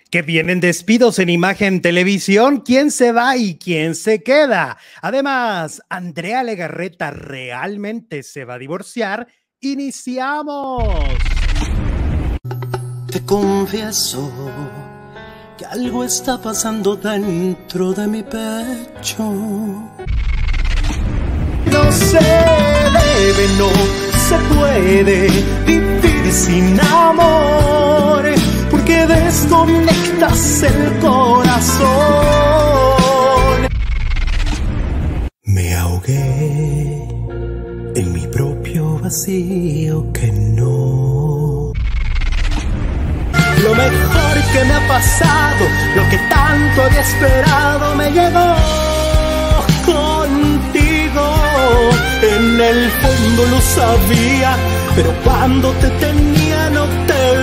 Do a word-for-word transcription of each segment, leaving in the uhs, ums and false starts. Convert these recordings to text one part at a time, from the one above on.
Que vienen despidos en Imagen Televisión, quién se va y quién se queda. Además, Andrea Legarreta realmente se va a divorciar. ¡Iniciamos! Te confieso que algo está pasando dentro de mi pecho. No se debe, no se puede vivir sin amor, porque desconectas el corazón. Me ahogué en mi propio vacío que no. Lo mejor que me ha pasado, lo que tanto había esperado, me llegó contigo. En el fondo lo sabía, pero cuando te tenía no te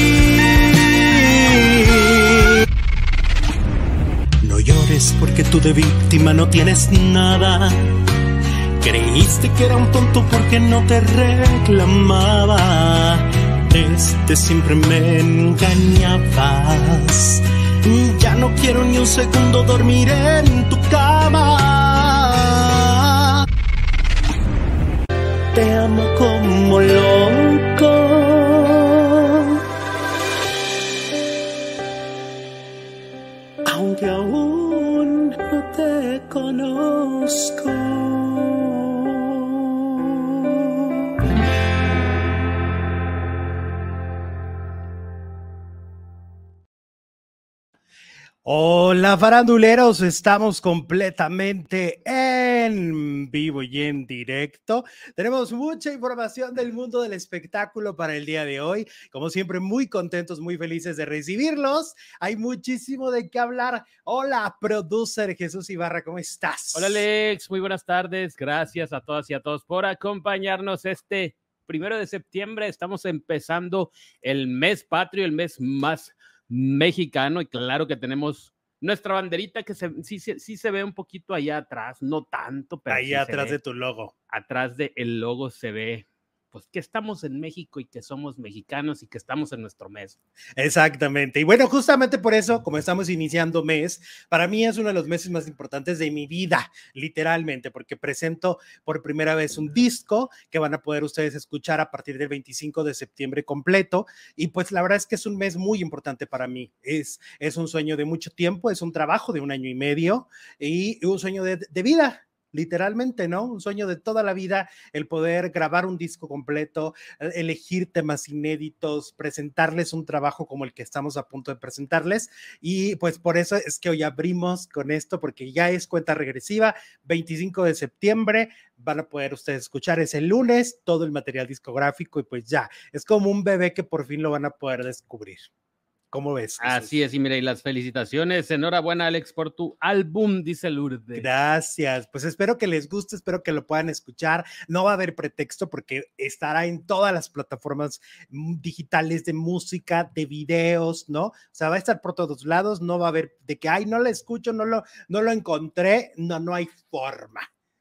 vi. No llores porque tú de víctima no tienes nada. Creíste que era un tonto porque no te reclamaba. Desde siempre me engañabas. Ya no quiero ni un segundo dormir en tu cama. Te amo como loco, aunque aún no te conozco. Hola faranduleros, estamos completamente en vivo y en directo. Tenemos mucha información del mundo del espectáculo para el día de hoy. Como siempre, muy contentos, muy felices de recibirlos. Hay muchísimo de qué hablar. Hola, producer Jesús Ibarra, ¿cómo estás? Hola Alex, muy buenas tardes. Gracias a todas y a todos por acompañarnos este primero de septiembre. Estamos empezando el mes patrio, el mes más mexicano, y claro que tenemos nuestra banderita que se, sí, sí, sí se ve un poquito allá atrás, no tanto, pero ahí sí atrás se de tu logo. Atrás del logo se ve pues que estamos en México y que somos mexicanos y que estamos en nuestro mes. Exactamente. Y bueno, justamente por eso, como estamos iniciando mes, para mí es uno de los meses más importantes de mi vida, literalmente, porque presento por primera vez un disco que van a poder ustedes escuchar a partir del veinticinco de septiembre completo. Y pues la verdad es que es un mes muy importante para mí. Es, es un sueño de mucho tiempo, es un trabajo de un año y medio y un sueño de, de vida. Literalmente, ¿no? Un sueño de toda la vida, el poder grabar un disco completo, elegir temas inéditos, presentarles un trabajo como el que estamos a punto de presentarles, y pues por eso es que hoy abrimos con esto, porque ya es cuenta regresiva, veinticinco de septiembre, van a poder ustedes escuchar ese lunes todo el material discográfico y pues ya, es como un bebé que por fin lo van a poder descubrir. ¿Cómo ves, Jesús? Así es, y mira, y las felicitaciones. Enhorabuena, Alex, por tu álbum, dice Lourdes. Gracias, pues espero que les guste, espero que lo puedan escuchar. No va a haber pretexto porque estará en todas las plataformas digitales de música, de videos, ¿no? O sea, va a estar por todos lados, no va a haber de que, ay, no lo escucho, no lo, no lo encontré, no, no hay forma.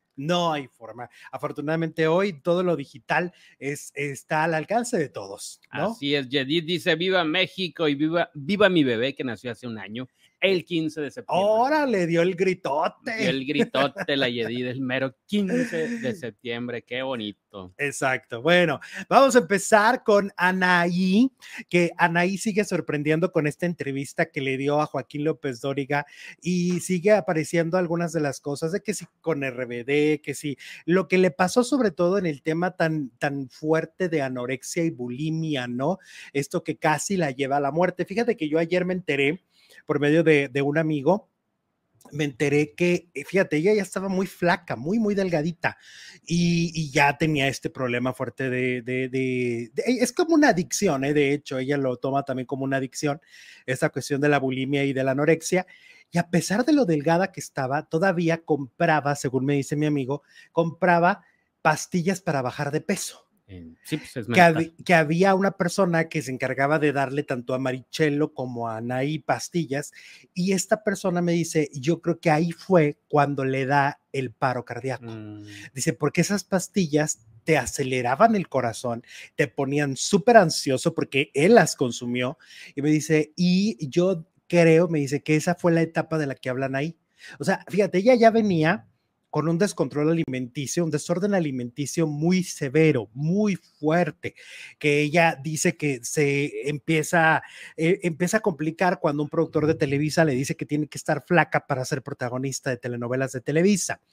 No hay forma. Afortunadamente hoy todo lo digital es, está al alcance de todos, ¿no? Así es, Yedid dice, viva México y viva, viva mi bebé que nació hace un año, el quince de septiembre. Ahora le dio el gritote. Dio el gritote la Yedid el mero quince de septiembre, qué bonito. Exacto. Bueno, vamos a empezar con Anaí, que Anaí sigue sorprendiendo con esta entrevista que le dio a Joaquín López Dóriga y sigue apareciendo algunas de las cosas de que sí con R B D, que sí, lo que le pasó sobre todo en el tema tan, tan fuerte de anorexia y bulimia, ¿no? Esto que casi la lleva a la muerte. Fíjate que yo ayer me enteré por medio de, de un amigo, me enteré que, fíjate, ella ya estaba muy flaca, muy, muy delgadita y, y ya tenía este problema fuerte de, de, de, de es como una adicción, ¿eh? De hecho, ella lo toma también como una adicción, esta cuestión de la bulimia y de la anorexia, y a pesar de lo delgada que estaba, todavía compraba, según me dice mi amigo, compraba pastillas para bajar de peso. Sí, pues es que, hab, que había una persona que se encargaba de darle tanto a Marichelo como a Anaí pastillas, y esta persona me dice, yo creo que ahí fue cuando le da el paro cardíaco. Mm. Dice, porque esas pastillas te aceleraban el corazón, te ponían súper ansioso porque él las consumió, y me dice, y yo creo, me dice que esa fue la etapa de la que hablan ahí. O sea, fíjate, ella ya venía con un descontrol alimenticio, un desorden alimenticio muy severo, muy fuerte, que ella dice que se empieza, eh, empieza a complicar cuando un productor de Televisa le dice que tiene que estar flaca para ser protagonista de telenovelas de Televisa.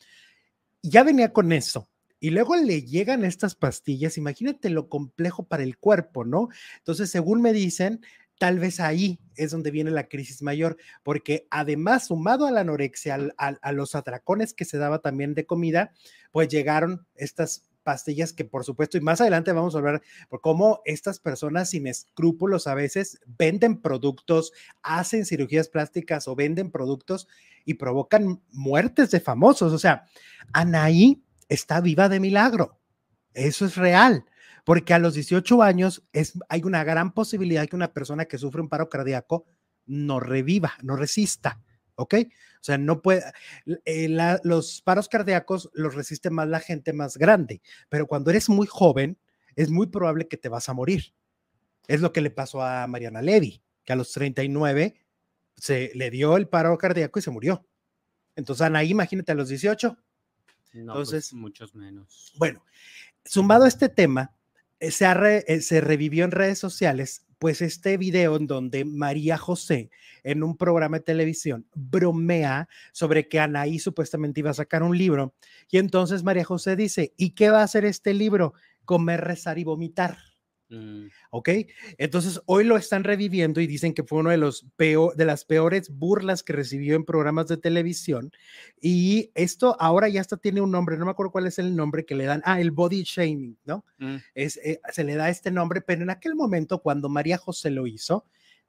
Ya venía con eso. Y luego le llegan estas pastillas, imagínate lo complejo para el cuerpo, ¿no? Entonces, según me dicen, tal vez ahí es donde viene la crisis mayor, porque además, sumado a la anorexia, a, a, a los atracones que se daba también de comida, pues llegaron estas pastillas que por supuesto, y más adelante vamos a hablar por cómo estas personas sin escrúpulos a veces venden productos, hacen cirugías plásticas o venden productos y provocan muertes de famosos. O sea, Anaí está viva de milagro, eso es real. Porque a los dieciocho años es, hay una gran posibilidad que una persona que sufre un paro cardíaco no reviva, no resista, ¿ok? O sea, no puede, eh, la, los paros cardíacos los resiste más la gente más grande, pero cuando eres muy joven, es muy probable que te vas a morir. Es lo que le pasó a Mariana Levy, que a los treinta y nueve se le dio el paro cardíaco y se murió. Entonces, Anaí, imagínate a los dieciocho. No, Entonces, pues muchos menos. Bueno, sumado a este tema, Se, ha re, se revivió en redes sociales, pues este video en donde María José, en un programa de televisión, bromea sobre que Anaí supuestamente iba a sacar un libro, y entonces María José dice, ¿y qué va a hacer este libro? Comer, rezar y vomitar. Mm. ¿Ok? Entonces hoy lo están reviviendo y dicen que fue uno de los peor, de las peores burlas que recibió en programas de televisión, y esto ahora ya hasta tiene un nombre, no me acuerdo cuál es el nombre que le dan, ah, el body shaming, ¿no? Mm. Es, eh, se le da este nombre, pero en aquel momento cuando María José lo hizo,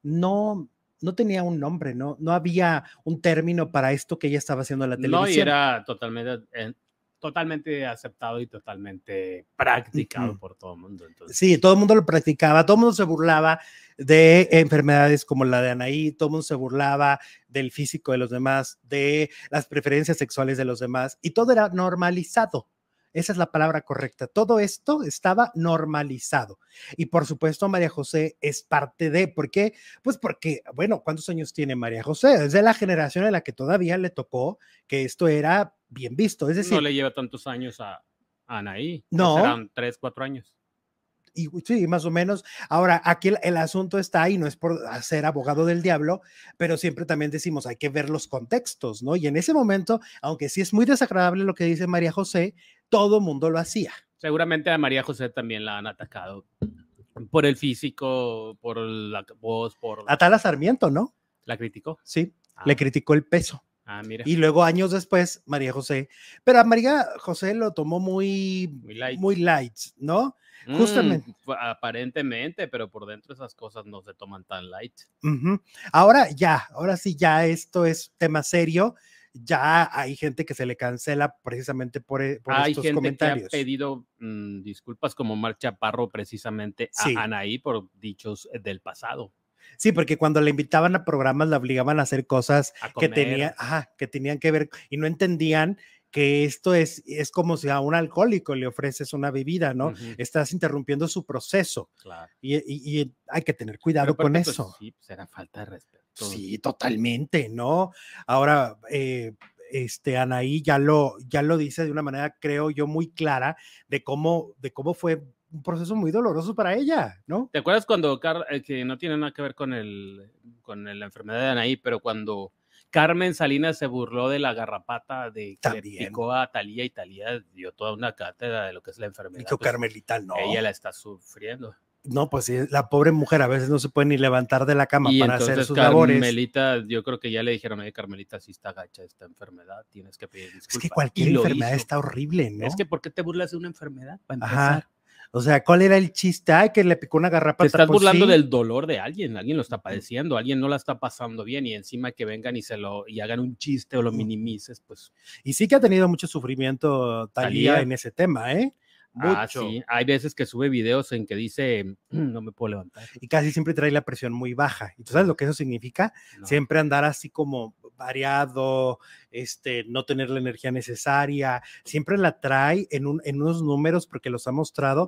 no, no tenía un nombre, ¿no? No había un término para esto que ella estaba haciendo en la televisión. No, y era totalmente... Eh, totalmente aceptado y totalmente practicado uh-huh. por todo el mundo. Entonces. Sí, todo el mundo lo practicaba, todo el mundo se burlaba de enfermedades como la de Anaí, todo el mundo se burlaba del físico de los demás, de las preferencias sexuales de los demás, y todo era normalizado. Esa es la palabra correcta. Todo esto estaba normalizado. Y por supuesto, María José es parte de, ¿por qué? Pues porque, bueno, ¿cuántos años tiene María José? Es de la generación en la que todavía le tocó que esto era bien visto. Es decir, no le lleva tantos años a, a Anaí. No. Serán tres, cuatro años. Y, sí, más o menos. Ahora, aquí el, el asunto está ahí, no es por ser abogado del diablo, pero siempre también decimos, hay que ver los contextos, ¿no? Y en ese momento, aunque sí es muy desagradable lo que dice María José, todo mundo lo hacía. Seguramente a María José también la han atacado por el físico, por la voz, por... Atala Sarmiento, ¿no? ¿La criticó? Sí, ah. Le criticó el peso. Ah, mira. Y luego años después, María José, pero a María José lo tomó muy, muy light, muy light, ¿no? Justamente. Mm, aparentemente, pero por dentro esas cosas no se toman tan light. Uh-huh. Ahora ya, ahora sí ya esto es tema serio, ya hay gente que se le cancela precisamente por, por hay estos gente comentarios. Que ha pedido mmm, disculpas como Mar Chaparro precisamente a sí. Anaí por dichos del pasado. Sí, porque cuando le invitaban a programas la obligaban a hacer cosas a que, tenía, ajá, que tenían que ver y no entendían que esto es, es como si a un alcohólico le ofreces una bebida, ¿no? Uh-huh. Estás interrumpiendo su proceso. Claro. Y, y, y hay que tener cuidado con pues, eso. Sí, será falta de respeto. Sí, totalmente, ¿no? Ahora, eh, este, Anaí ya lo, ya lo dice de una manera, creo yo, muy clara de cómo, de cómo fue un proceso muy doloroso para ella, ¿no? ¿Te acuerdas cuando, Car eh, que no tiene nada que ver con, el, con la enfermedad de Anaí, pero cuando Carmen Salinas se burló de la garrapata de que También. le picó a Thalía y Thalía dio toda una cátedra de lo que es la enfermedad? Dijo pues, Carmelita, no. Ella la está sufriendo. No, pues sí, la pobre mujer a veces no se puede ni levantar de la cama y para entonces, hacer sus Carmelita, labores. Yo creo que ya le dijeron, oye, Carmelita, si está gacha esta enfermedad, tienes que pedir disculpas. Es que cualquier enfermedad está horrible, ¿no? Es que ¿por qué te burlas de una enfermedad? Para empezar. Ajá. O sea, ¿cuál era el chiste? Ay, que le picó una garrapata. Te estás pues burlando sí. del dolor de alguien, alguien lo está padeciendo, alguien no la está pasando bien y encima que vengan y se lo y hagan un chiste o lo minimices, pues. Y sí que ha tenido mucho sufrimiento Thalía en ese tema, ¿eh? Mucho. Ah, sí. Hay veces que sube videos en que dice, no me puedo levantar. Y casi siempre trae la presión muy baja. ¿Y tú sabes lo que eso significa? No. Siempre andar así como variado, este, no tener la energía necesaria. Siempre la trae en, un, en unos números porque los ha mostrado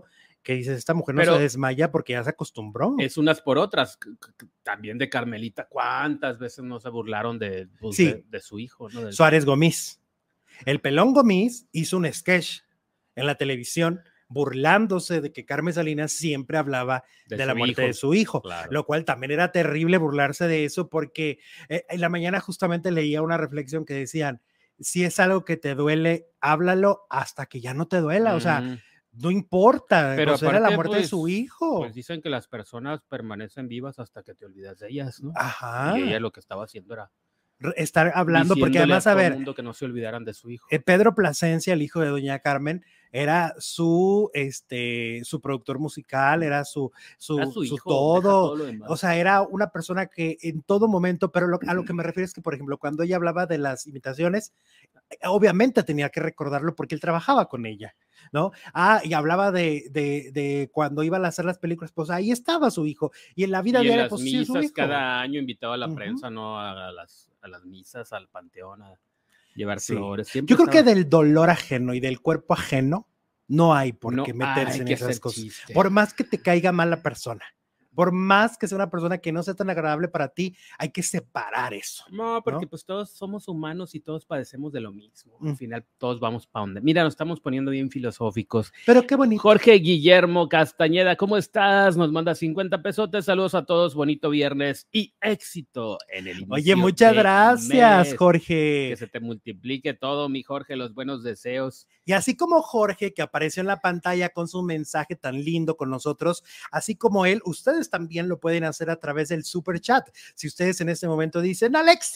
que dices, esta mujer no Pero se desmaya porque ya se acostumbró. es unas por otras. También de Carmelita, ¿cuántas veces no se burlaron de, pues, Sí. de, de su hijo? ¿no? Del... Suárez Gómez. El Pelón Gómez hizo un sketch en la televisión burlándose de que Carmen Salinas siempre hablaba de, de la muerte hijo. de su hijo, claro. Lo cual también era terrible burlarse de eso porque eh, en la mañana justamente leía una reflexión que decían, si es algo que te duele, háblalo hasta que ya no te duela, mm. o sea, no importa, pero pues aparte, era la muerte pues, de su hijo. Pues dicen que las personas permanecen vivas hasta que te olvidas de ellas, ¿no? Ajá. Y ella lo que estaba haciendo era estar hablando, porque además, a, a ver, mundo que no se olvidaran de su hijo. Eh, Pedro Plasencia, el hijo de doña Carmen, era su, este, su productor musical, era su, su, era su, su hijo, todo, todo o sea, era una persona que en todo momento, pero lo, a lo que me refiero es que, por ejemplo, cuando ella hablaba de las imitaciones, obviamente tenía que recordarlo porque él trabajaba con ella, ¿no? Ah, y hablaba de, de, de cuando iban a hacer las películas, pues ahí estaba su hijo, y en la vida y diaria, en las pues misas, sí, su hijo. cada año invitaba a la uh-huh. prensa, ¿no? A, a, las, a las misas, al panteón, a llevar sí. flores. Siempre Yo creo estaba... que del dolor ajeno y del cuerpo ajeno no hay por no qué meterse hay en que esas cosas. Chiste. Por más que te caiga mal la persona, por más que sea una persona que no sea tan agradable para ti, hay que separar eso. No, porque ¿no? pues todos somos humanos y todos padecemos de lo mismo. Mm. Al final todos vamos para donde. Mira, nos estamos poniendo bien filosóficos. Pero qué bonito. Jorge Guillermo Castañeda, ¿cómo estás? Nos manda cincuenta pesotes. Saludos a todos. Bonito viernes y éxito en el inicio. Oye, muchas gracias, mes. Jorge. Que se te multiplique todo, mi Jorge, los buenos deseos. Y así como Jorge, que apareció en la pantalla con su mensaje tan lindo con nosotros, así como él, ustedes también lo pueden hacer a través del super chat. Si ustedes en este momento dicen,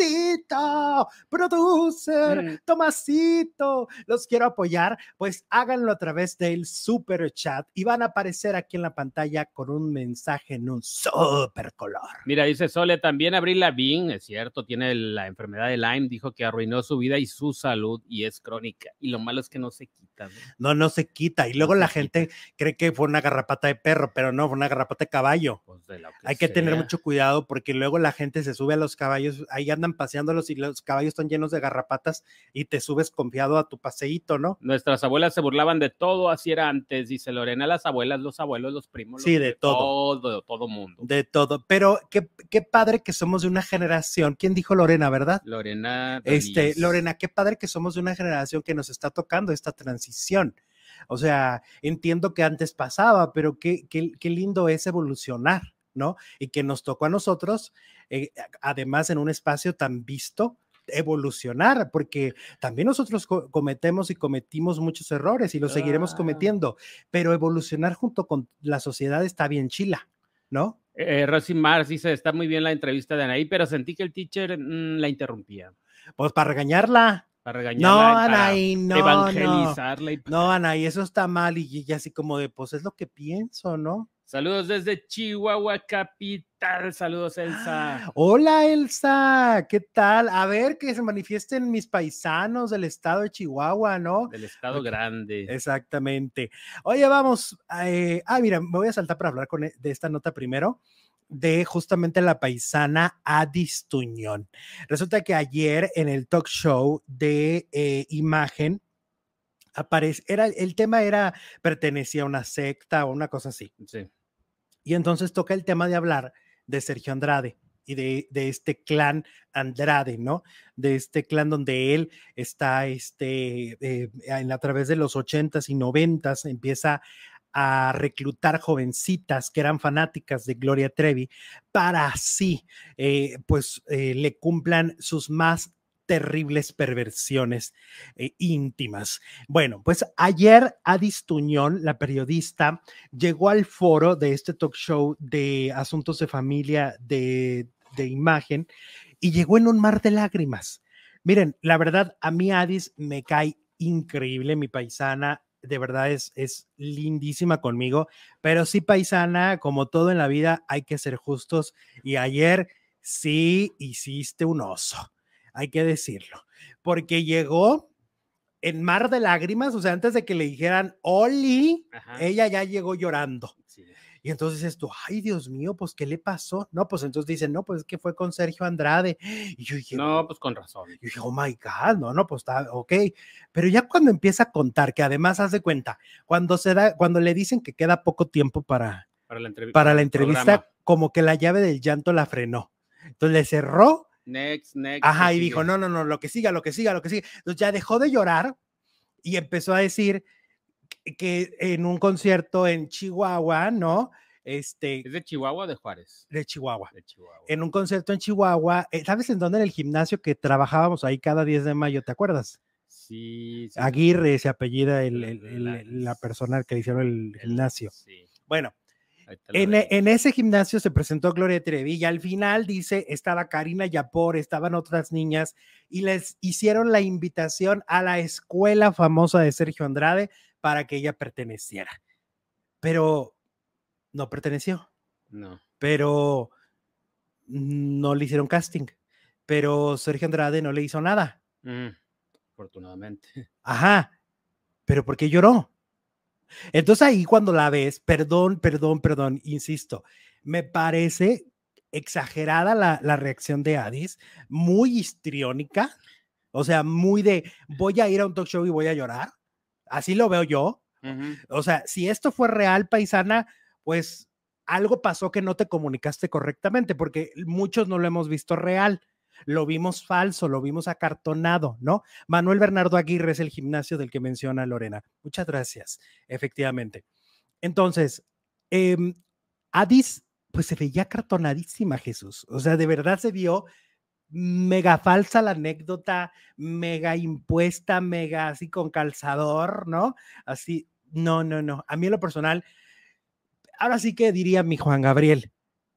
Alexito, producer, mm. Tomasito, los quiero apoyar, pues háganlo a través del super chat y van a aparecer aquí en la pantalla con un mensaje en un super color. Mira, dice Sole, también Avril Lavigne, es cierto, tiene la enfermedad de Lyme, dijo que arruinó su vida y su salud y es crónica. Y lo malo es que no se quita. No, no, no se quita. Y luego no la gente quita. cree que fue una garrapata de perro, pero no, fue una garrapata de caballo. Pues de lo que Hay que sea. tener mucho cuidado porque luego la gente se sube a los caballos, ahí andan paseándolos y los caballos están llenos de garrapatas y te subes confiado a tu paseíto, ¿no? Nuestras abuelas se burlaban de todo, así era antes, dice Lorena, las abuelas, los abuelos, los primos. Sí, los, de, de todo. todo. De todo mundo. De todo. Pero qué, qué padre que somos de una generación. ¿Quién dijo Lorena, verdad? Lorena. Este, Lorena, qué padre que somos de una generación que nos está tocando esta transición. O sea, entiendo que antes pasaba, pero qué, qué, qué lindo es evolucionar, ¿no? Y que nos tocó a nosotros, eh, además en un espacio tan visto, evolucionar, porque también nosotros co- cometemos y cometimos muchos errores y los ah. seguiremos cometiendo, pero evolucionar junto con la sociedad está bien chila, ¿no? Eh, Rosy Mars dice, está muy bien la entrevista de Anaí, pero sentí que el teacher mmm, la interrumpía. Pues para regañarla. Para regañarla, no, para Anaí, no, evangelizarla. No, y para... no, Anaí, eso está mal y ella así como de, pues es lo que pienso, ¿no? Saludos desde Chihuahua capital, saludos Elsa. Hola Elsa, ¿qué tal? A ver, que se manifiesten mis paisanos del estado de Chihuahua, ¿no? Del estado grande. Exactamente. Oye, vamos, eh, ah, mira, me voy a saltar para hablar con, de esta nota primero, de justamente la paisana Adis Tuñón. Resulta que ayer en el talk show de eh, Imagen, aparece, era, el tema era, pertenecía a una secta o una cosa así. Sí. Y entonces toca el tema de hablar de Sergio Andrade y de, de este clan Andrade, ¿no? De este clan donde él está, este, eh, en, a través de los ochentas y noventas, empieza a reclutar jovencitas que eran fanáticas de Gloria Trevi para así, eh, pues, eh, le cumplan sus más terribles perversiones eh, íntimas. Bueno, pues ayer Adis Tuñón, la periodista, llegó al foro de este talk show de asuntos de familia de, de Imagen y llegó en un mar de lágrimas. Miren, la verdad, a mí Adis me cae increíble, mi paisana, de verdad es, es lindísima conmigo, pero sí, paisana, como todo en la vida, hay que ser justos y ayer sí hiciste un oso. Hay que decirlo, porque llegó en mar de lágrimas, o sea, antes de que le dijeran Oli, ajá, ella ya llegó llorando. Sí. Y entonces dices tú, ay, Dios mío, pues, ¿qué le pasó? No, pues entonces dicen, no, pues es que fue con Sergio Andrade. Y yo dije, no, pues con razón. Y dije, oh my God, no, no, pues está, ok. Pero ya cuando empieza a contar, que además haz de cuenta, cuando se da, cuando le dicen que queda poco tiempo para, para la, entrev para la entrevista, programa. Como que la llave del llanto la frenó. Entonces le cerró. Next, next. Ajá, y dijo, no, no, no, lo que siga, lo que siga, lo que siga. Entonces ya dejó de llorar y empezó a decir que, que en un concierto en Chihuahua, ¿no? Este, ¿Es de Chihuahua o de Juárez? De Chihuahua. De Chihuahua. En un concierto en Chihuahua, ¿sabes en dónde? En el gimnasio que trabajábamos ahí cada diez de mayo, ¿te acuerdas? Sí, sí. Aguirre se apellida el, el, el, la persona que le hicieron el, el gimnasio. Sí. Bueno, en, en ese gimnasio se presentó Gloria Trevi y al final dice, estaba Karina Yapor, estaban otras niñas y les hicieron la invitación a la escuela famosa de Sergio Andrade para que ella perteneciera. Pero no perteneció. No. Pero no le hicieron casting. Pero Sergio Andrade no le hizo nada. Mm, afortunadamente. Ajá. Pero ¿por qué lloró? Entonces ahí cuando la ves, perdón, perdón, perdón, insisto, me parece exagerada la, la reacción de Addis, muy histriónica, o sea, muy de voy a ir a un talk show y voy a llorar. Así lo veo yo. Uh-huh. O sea, si esto fue real, paisana, pues algo pasó que no te comunicaste correctamente, porque muchos no lo hemos visto real, lo vimos falso, lo vimos acartonado, ¿no? Manuel Bernardo Aguirre es el gimnasio del que menciona Lorena. Muchas gracias, efectivamente. Entonces, eh, Addis, pues se veía acartonadísima, Jesús. O sea, de verdad se vio mega falsa la anécdota, mega impuesta, mega así con calzador, ¿no? Así, no, no, no. A mí en lo personal, ahora sí que diría mi Juan Gabriel,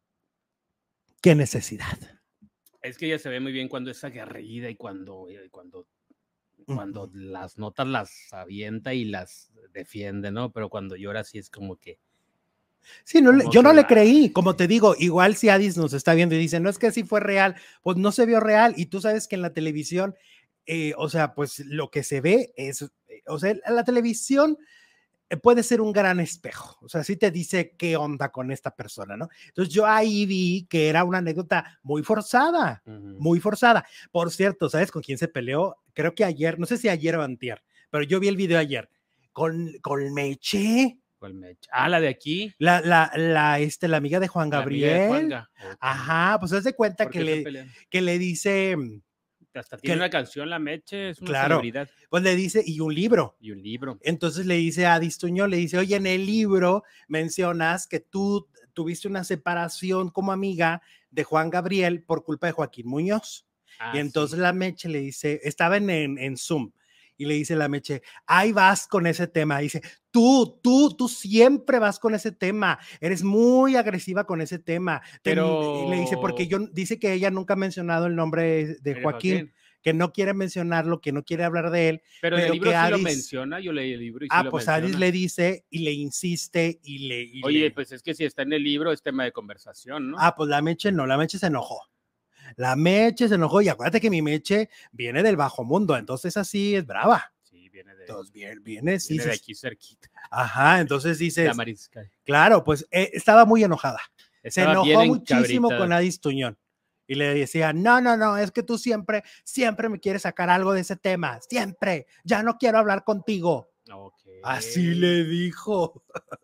qué necesidad. Es que ella se ve muy bien cuando es aguerrida y cuando, cuando, uh-huh. cuando las notas las avienta y las defiende, ¿no? Pero cuando llora sí es como que... Sí, no, yo no le creí, como te digo, igual si Addis nos está viendo y dice, no es que así fue real, pues no se vio real, y tú sabes que en la televisión, eh, o sea, pues lo que se ve es, eh, o sea, la televisión puede ser un gran espejo, o sea, sí te dice qué onda con esta persona, ¿no? Entonces yo ahí vi que era una anécdota muy forzada, uh-huh. muy forzada. Por cierto, ¿sabes con quién se peleó? Creo que ayer, no sé si ayer o antier, pero yo vi el video ayer, con, con Meche. ¿Cuál Meche? Ah, la de aquí. La, la, la, este, la amiga de Juan Gabriel. La amiga de Juanga. Okay. Ajá, pues haz de cuenta que le, que le dice... Hasta tiene que, una canción, la Meche, es una claro, celebridad. Pues le dice, y un libro. Y un libro. Entonces le dice a Addis Tuñón, le dice, oye, en el libro mencionas que tú tuviste una separación como amiga de Juan Gabriel por culpa de Joaquín Muñoz. Ah, y entonces sí. La Meche le dice, estaba en, en, en Zoom, y le dice la Meche, ahí vas con ese tema. Dice, tú, tú, tú siempre vas con ese tema. Eres muy agresiva con ese tema. Pero... Y le dice, porque yo, dice que ella nunca ha mencionado el nombre de Joaquín, Joaquín, que no quiere mencionarlo, que no quiere hablar de él. Pero, pero en el libro que sí Addis, lo menciona, yo leí el libro y sí ah, lo pues menciona. Addis le dice y le insiste y le... Y Oye, le... pues es que si está en el libro es tema de conversación, ¿no? Ah, pues la Meche no, la Meche se enojó. La Meche se enojó y acuérdate que mi Meche viene del bajo mundo, entonces así es brava. Sí, viene de, entonces, viene, viene, sí, viene de sí, aquí cerquita. Ajá, entonces dices, la Mariscal. Claro, pues eh, estaba muy enojada. Estaba se enojó muchísimo con Addis Tuñón. Y le decía, no, no, no, es que tú siempre, siempre me quieres sacar algo de ese tema, siempre, ya no quiero hablar contigo. Okay. Así le dijo.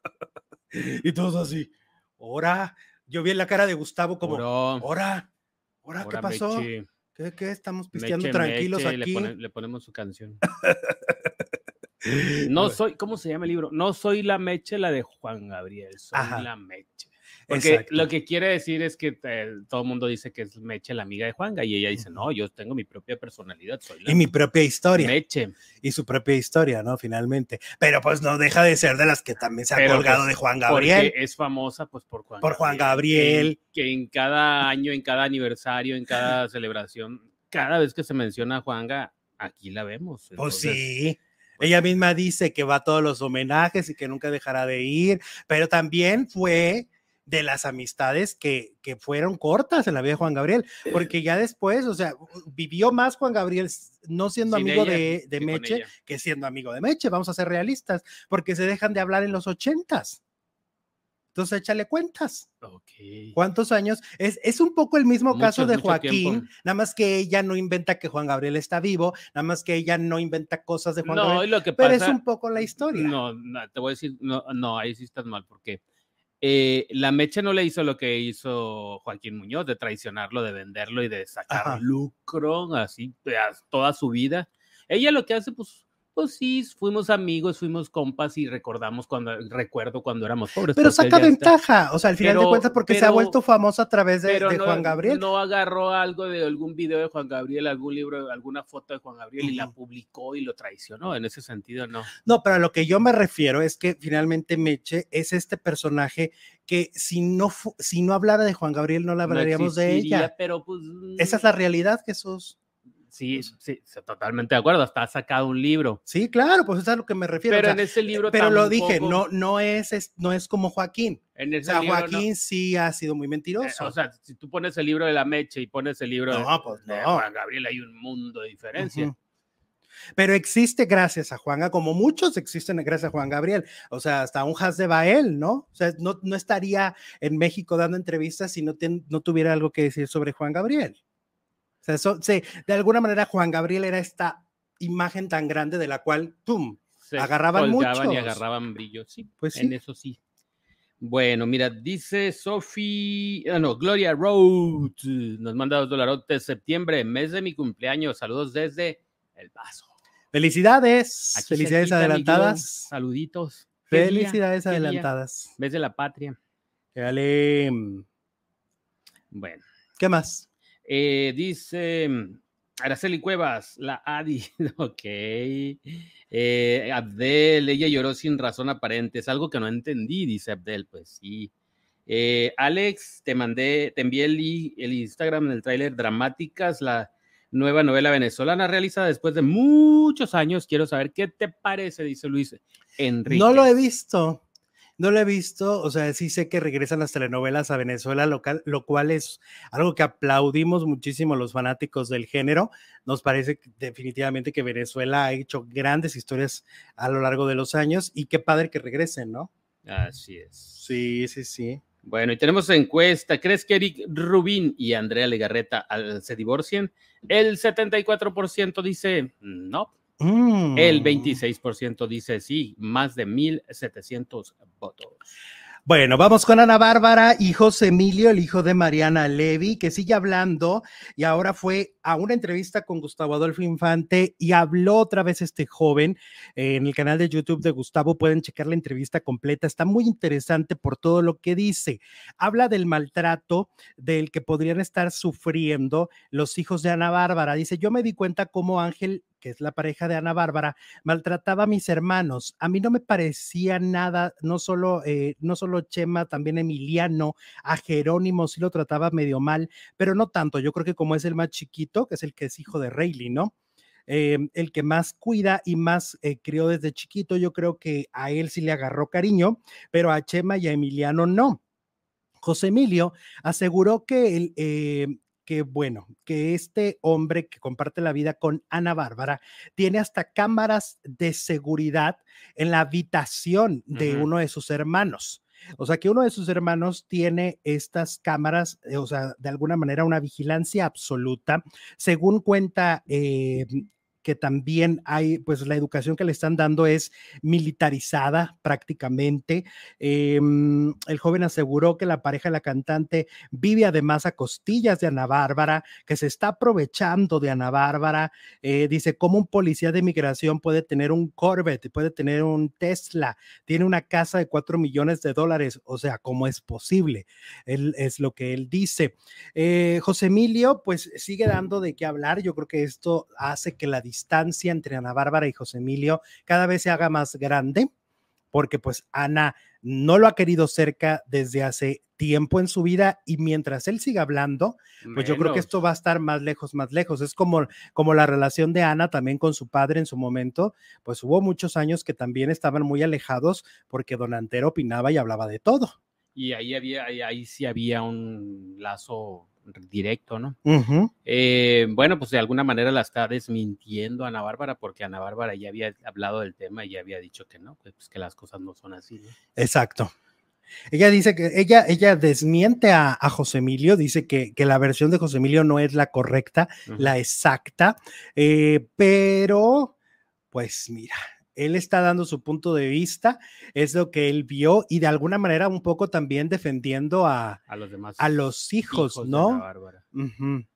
Y todos así, ahora, yo vi en la cara de Gustavo como, ahora, ahora, ¿qué pasó? Meche. ¿Qué, ¿Qué? Estamos pisteando Meche, tranquilos Meche, aquí. Le, pone, le ponemos su canción. No soy, ¿cómo se llama el libro? No soy la Meche, la de Juan Gabriel, soy Ajá. la Meche. Porque Exacto. Lo que quiere decir es que eh, todo el mundo dice que es Meche la amiga de Juanga y ella dice, no, yo tengo mi propia personalidad. Soy la y mi propia historia. Meche. Y su propia historia, ¿no? Finalmente. Pero pues no deja de ser de las que también se ha Pero colgado pues, de Juan Gabriel. Porque es famosa pues por Juan por Gabriel. Por Juan Gabriel. Que, que en cada año, en cada aniversario, en cada celebración, cada vez que se menciona a Juanga, aquí la vemos. Entonces, pues sí. Ella misma dice que va a todos los homenajes y que nunca dejará de ir, pero también fue de las amistades que, que fueron cortas en la vida de Juan Gabriel, porque ya después, o sea, vivió más Juan Gabriel no siendo Sin amigo ella, de, de Meche que siendo amigo de Meche, vamos a ser realistas, porque se dejan de hablar en los ochentas. Entonces échale cuentas. Okay. ¿Cuántos años? Es, es un poco el mismo Mucho, caso de mucho Joaquín, tiempo. nada más que ella no inventa que Juan Gabriel está vivo, nada más que ella no inventa cosas de Juan No, y Gabriel, lo que pero pasa, es un poco la historia. No, no, te voy a decir, no, no, ahí sí estás mal, porque eh, la Meche no le hizo lo que hizo Joaquín Muñoz, de traicionarlo, de venderlo y de sacar Ajá. lucro así toda su vida. Ella lo que hace, pues, pues sí, fuimos amigos, fuimos compas y recordamos cuando, recuerdo cuando éramos pobres. Pero saca ventaja, está... o sea, al final pero, de cuentas, porque pero, se ha vuelto famosa a través de, pero de no, Juan Gabriel. No agarró algo de algún video de Juan Gabriel, algún libro, alguna foto de Juan Gabriel uh-huh. y la publicó y lo traicionó. En ese sentido, no. No, pero a lo que yo me refiero es que finalmente Meche es este personaje que si no, si no hablara de Juan Gabriel, no le hablaríamos no de ella. Pero pues, esa es la realidad, Jesús. Sí, sí, totalmente de acuerdo, hasta ha sacado un libro. Sí, claro, pues eso es a lo que me refiero. Pero o sea, en ese libro Pero tampoco... lo dije, no, no, es, es, no es como Joaquín. En ese o sea, libro Joaquín no. sí ha sido muy mentiroso. Eh, o sea, si tú pones el libro de la Meche y pones el libro no, de, pues de no. Juan Gabriel, hay un mundo de diferencia. Uh-huh. Pero existe gracias a Juanga, como muchos existen gracias a Juan Gabriel. O sea, hasta un Has de Bael, ¿no? O sea, no, no estaría en México dando entrevistas si no, ten, no tuviera algo que decir sobre Juan Gabriel. O sea, eso, sí, de alguna manera Juan Gabriel era esta imagen tan grande de la cual, ¡pum!, se agarraban muchos. y agarraban brillo, sí, pues sí. En eso sí. Bueno, mira, dice Sophie, ah, no, Gloria Road, nos manda dos dolarotes, septiembre, mes de mi cumpleaños, saludos desde El Paso. Felicidades, Aquí felicidades cerquita, adelantadas. Saluditos. Felicidades día? adelantadas. Mes de la patria. Dale. Bueno. ¿Qué más? Eh, dice Araceli Cuevas, la Adi, ok. Eh, Abdel, ella lloró sin razón aparente, es algo que no entendí, dice Abdel, pues sí. Eh, Alex, te mandé, te envié el, el Instagram del tráiler Dramáticas, la nueva novela venezolana realizada después de muchos años. Quiero saber qué te parece, dice Luis Enrique. No lo he visto. No lo he visto, o sea, sí sé que regresan las telenovelas a Venezuela, local, lo cual es algo que aplaudimos muchísimo los fanáticos del género. Nos parece que definitivamente que Venezuela ha hecho grandes historias a lo largo de los años y qué padre que regresen, ¿no? Así es. Sí, sí, sí. Bueno, y tenemos encuesta. ¿Crees que Eric Rubín y Andrea Legarreta se divorcien? El setenta y cuatro por ciento dice no. Mm. El veintiséis por ciento dice sí, más de mil setecientos votos. Bueno, vamos con Ana Bárbara y José Emilio, el hijo de Mariana Levy, que sigue hablando y ahora fue a una entrevista con Gustavo Adolfo Infante y habló otra vez este joven eh, en el canal de YouTube de Gustavo. Pueden checar la entrevista completa, está muy interesante por todo lo que dice. Habla del maltrato del que podrían estar sufriendo los hijos de Ana Bárbara. Dice, yo me di cuenta cómo Ángel, que es la pareja de Ana Bárbara, maltrataba a mis hermanos. A mí no me parecía nada, no solo, eh, no solo Chema, también Emiliano, a Jerónimo sí lo trataba medio mal, pero no tanto. Yo creo que como es el más chiquito, que es el que es hijo de Rayleigh, ¿no? Eh, el que más cuida y más eh, crió desde chiquito, yo creo que a él sí le agarró cariño, pero a Chema y a Emiliano no. José Emilio aseguró que el... Eh, que bueno, que este hombre que comparte la vida con Ana Bárbara tiene hasta cámaras de seguridad en la habitación de uh-huh. uno de sus hermanos. O sea, que uno de sus hermanos tiene estas cámaras, eh, o sea, de alguna manera una vigilancia absoluta, según cuenta eh, que también hay, pues la educación que le están dando es militarizada prácticamente. Eh, el joven aseguró que la pareja de la cantante vive además a costillas de Ana Bárbara, que se está aprovechando de Ana Bárbara. Eh, dice, ¿cómo un policía de migración puede tener un Corvette, puede tener un Tesla, tiene una casa de cuatro millones de dólares? O sea, ¿cómo es posible? Él, es lo que él dice. Eh, José Emilio, pues sigue dando de qué hablar. Yo creo que esto hace que la distancia entre Ana Bárbara y José Emilio cada vez se haga más grande, porque pues Ana no lo ha querido cerca desde hace tiempo en su vida y mientras él siga hablando, pues Menos. Yo creo que esto va a estar más lejos, más lejos. Es como, como la relación de Ana también con su padre en su momento, pues hubo muchos años que también estaban muy alejados porque don Antero opinaba y hablaba de todo. Y ahí había, ahí, ahí sí había un lazo directo, ¿no? Uh-huh. Eh, bueno, pues de alguna manera la está desmintiendo Ana Bárbara, porque Ana Bárbara ya había hablado del tema y ya había dicho que no, pues que las cosas no son así, ¿no? Exacto. Ella dice que ella, ella desmiente a, a José Emilio, dice que, que la versión de José Emilio no es la correcta, uh-huh. la exacta, eh, pero pues mira, él está dando su punto de vista, es lo que él vio y de alguna manera un poco también defendiendo a, a los demás a los hijos, hijos ¿no? de la Bárbara. Uh-huh.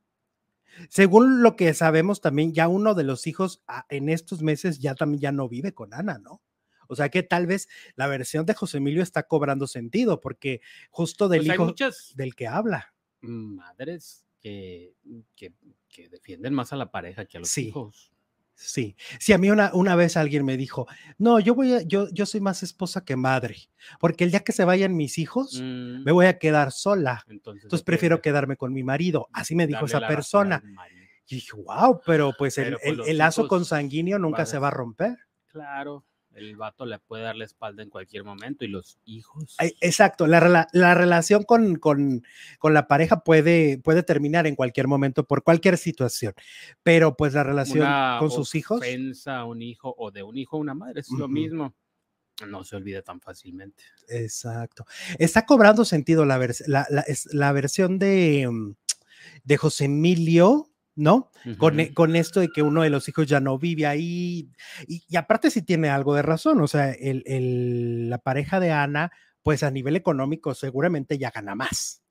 Según lo que sabemos también, ya uno de los hijos en estos meses ya también ya no vive con Ana, ¿no? O sea que tal vez la versión de José Emilio está cobrando sentido, porque justo del pues hijo muchas del que habla. Madres que, que, que defienden más a la pareja que a los sí, hijos. Sí, sí, a mí una, una vez alguien me dijo, no, yo voy a, yo, yo soy más esposa que madre, porque el día que se vayan mis hijos, mm. me voy a quedar sola. Entonces, Entonces prefiero que... quedarme con mi marido. Así me dijo esa persona. Y dije, wow, pero pues pero el, pues el, el lazo consanguíneo nunca se va a romper. Claro, el vato le puede dar la espalda en cualquier momento y los hijos. Exacto, la, la relación con, con, con la pareja puede, puede terminar en cualquier momento por cualquier situación, pero pues la relación una con sus hijos. Ofensa a un hijo o de un hijo a una madre es uh-huh. lo mismo. No se olvida tan fácilmente. Exacto. Está cobrando sentido la, vers la, la, la versión de, de José Emilio, ¿no? Uh-huh. Con, con esto de que uno de los hijos ya no vive ahí, y, y aparte sí tiene algo de razón, o sea, el, el, la pareja de Ana, pues a nivel económico seguramente ya gana más,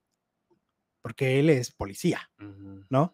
porque él es policía, uh-huh. ¿no?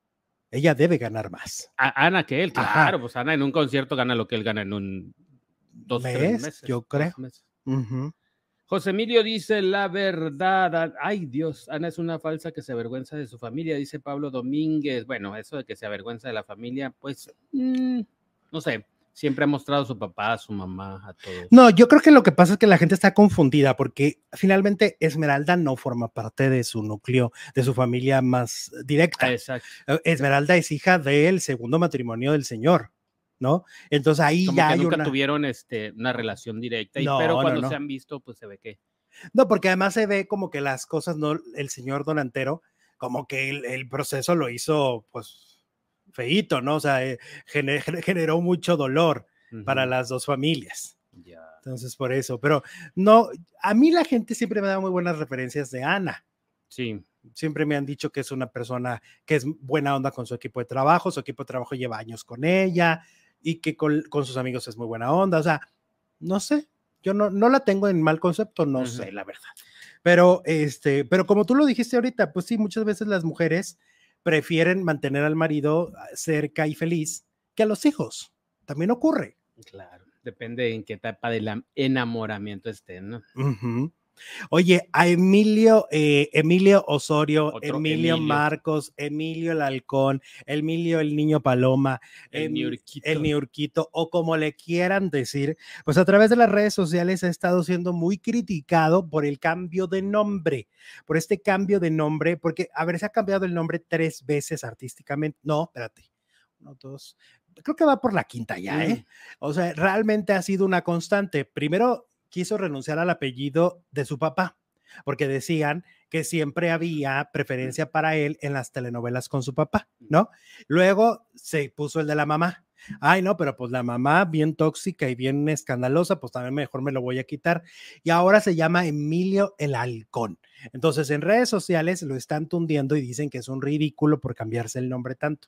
Ella debe ganar más. A Ana que él, claro, Ajá. pues Ana en un concierto gana lo que él gana en un dos, ¿Mes? tres meses. Yo creo. Meses. Uh-huh. José Emilio dice la verdad. Ay, Dios, Ana es una falsa que se avergüenza de su familia, dice Pablo Domínguez. Bueno, eso de que se avergüenza de la familia, pues, mmm, no sé, siempre ha mostrado a su papá, a su mamá, a todos. No, yo creo que lo que pasa es que la gente está confundida porque finalmente Esmeralda no forma parte de su núcleo, de su familia más directa. Exacto. Esmeralda es hija del segundo matrimonio del señor, ¿no? Entonces ahí Como ya que hay nunca una... tuvieron este, una relación directa, y, no, pero cuando no, no. se han visto, pues se ve que... No, porque además se ve como que las cosas, no, el señor Don Antero, como que el, el proceso lo hizo, pues, feíto, ¿no? O sea, eh, gener, generó mucho dolor uh-huh. para las dos familias. Yeah. Entonces, por eso, pero no, a mí la gente siempre me da muy buenas referencias de Ana. Sí. Siempre me han dicho que es una persona que es buena onda con su equipo de trabajo, su equipo de trabajo lleva años con ella, y que con, con sus amigos es muy buena onda, o sea, no sé, yo no, no la tengo en mal concepto, no uh-huh. sé, la verdad, pero, este, pero como tú lo dijiste ahorita, pues sí, muchas veces las mujeres prefieren mantener al marido cerca y feliz que a los hijos, también ocurre. Claro, depende en qué etapa del enamoramiento estén, ¿no? Uh-huh. Oye, a Emilio, eh, Emilio Osorio, Otro Emilio, Emilio Marcos, Emilio el Halcón, Emilio el Niño Paloma, el em, Niurquito. el Niurquito, o como le quieran decir, pues a través de las redes sociales ha estado siendo muy criticado por el cambio de nombre, por este cambio de nombre, porque, a ver, se ha cambiado el nombre tres veces artísticamente, no, espérate, uno, dos, creo que va por la quinta ya, mm. ¿eh? O sea, realmente ha sido una constante. Primero, quiso renunciar al apellido de su papá, porque decían que siempre había preferencia para él en las telenovelas con su papá, ¿no? Luego se puso el de la mamá. Ay, no, pero pues la mamá bien tóxica y bien escandalosa, pues también mejor me lo voy a quitar. Y ahora se llama Emilio el Halcón. Entonces en redes sociales lo están tundiendo y dicen que es un ridículo por cambiarse el nombre tanto.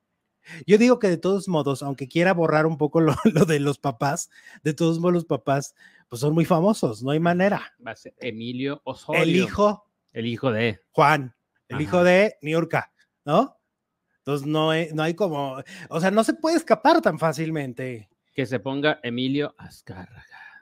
Yo digo que de todos modos, aunque quiera borrar un poco lo, lo de los papás, de todos modos los papás pues son muy famosos, no hay manera. Va a ser Emilio Osorio. El hijo. El hijo de. Juan, el Ajá. hijo de Niurka, ¿no? Entonces no hay, no hay como, o sea, no se puede escapar tan fácilmente. Que se ponga Emilio Azcárraga.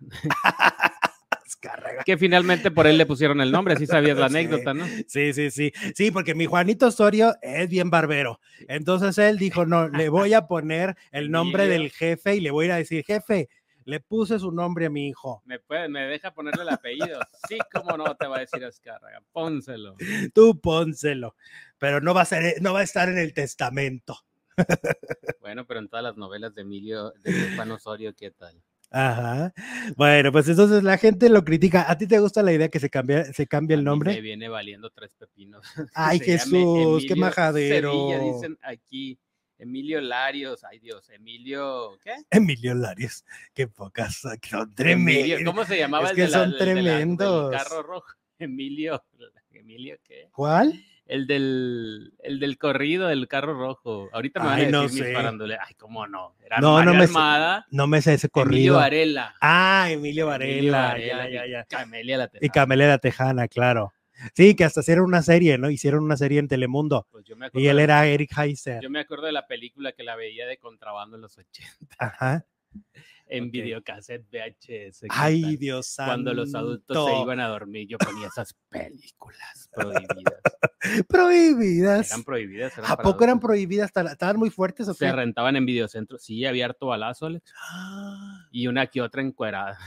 Azcárraga. Que finalmente por él le pusieron el nombre, así sabías la anécdota, ¿no? Sí, sí, sí. Sí, porque mi Juanito Osorio es bien barbero. Entonces él dijo, no, le voy a poner el nombre Emilio. del jefe y le voy a ir a decir, jefe, le puse su nombre a mi hijo. ¿Me, puede, me deja ponerle el apellido? Sí, cómo no, te va a decir Azcárraga. Pónselo. Tú pónselo. Pero no va a ser, no va a estar en el testamento. Bueno, pero en todas las novelas de Emilio, de Juan Osorio, ¿qué tal? Ajá. Bueno, pues entonces la gente lo critica. ¿A ti te gusta la idea que se cambie, se cambie el nombre? Me viene valiendo tres pepinos. Ay, Jesús, qué majadero. Sevilla, dicen aquí Emilio Larios, ay Dios, Emilio, ¿qué? Emilio Larios, qué pocas, son tremendos. ¿Cómo se llamaba es el, que de la, son el, de la, tremendos. del carro rojo? Emilio, ¿Emilio qué? ¿Cuál? El del, el del corrido del carro rojo. Ahorita me van Ay, a decir no mis sé. faranduleros. Ay, cómo no. Era No, Mario no me Almada. sé, no me sé ese corrido. Emilio Varela. Ah, Emilio Varela. Emilio Varela ya, ya, ya. Y Camelia la Tejana. Y Camelia la Tejana, claro. Sí, que hasta hicieron una serie, ¿no? Hicieron una serie en Telemundo. Pues yo me Y él de, era Eric Heiser. Yo me acuerdo de la película que la veía de contrabando en los ochenta. Ajá. En okay. videocassette V H S. Ay, tal. Dios santo. Cuando los adultos se iban a dormir, yo ponía esas películas prohibidas. prohibidas. Eran prohibidas. Eran ¿A poco adultos. eran prohibidas? ¿Estaban muy fuertes o qué? Se rentaban en videocentro. Sí, había harto balazo, Alex. Ah. Y una que otra encuerada.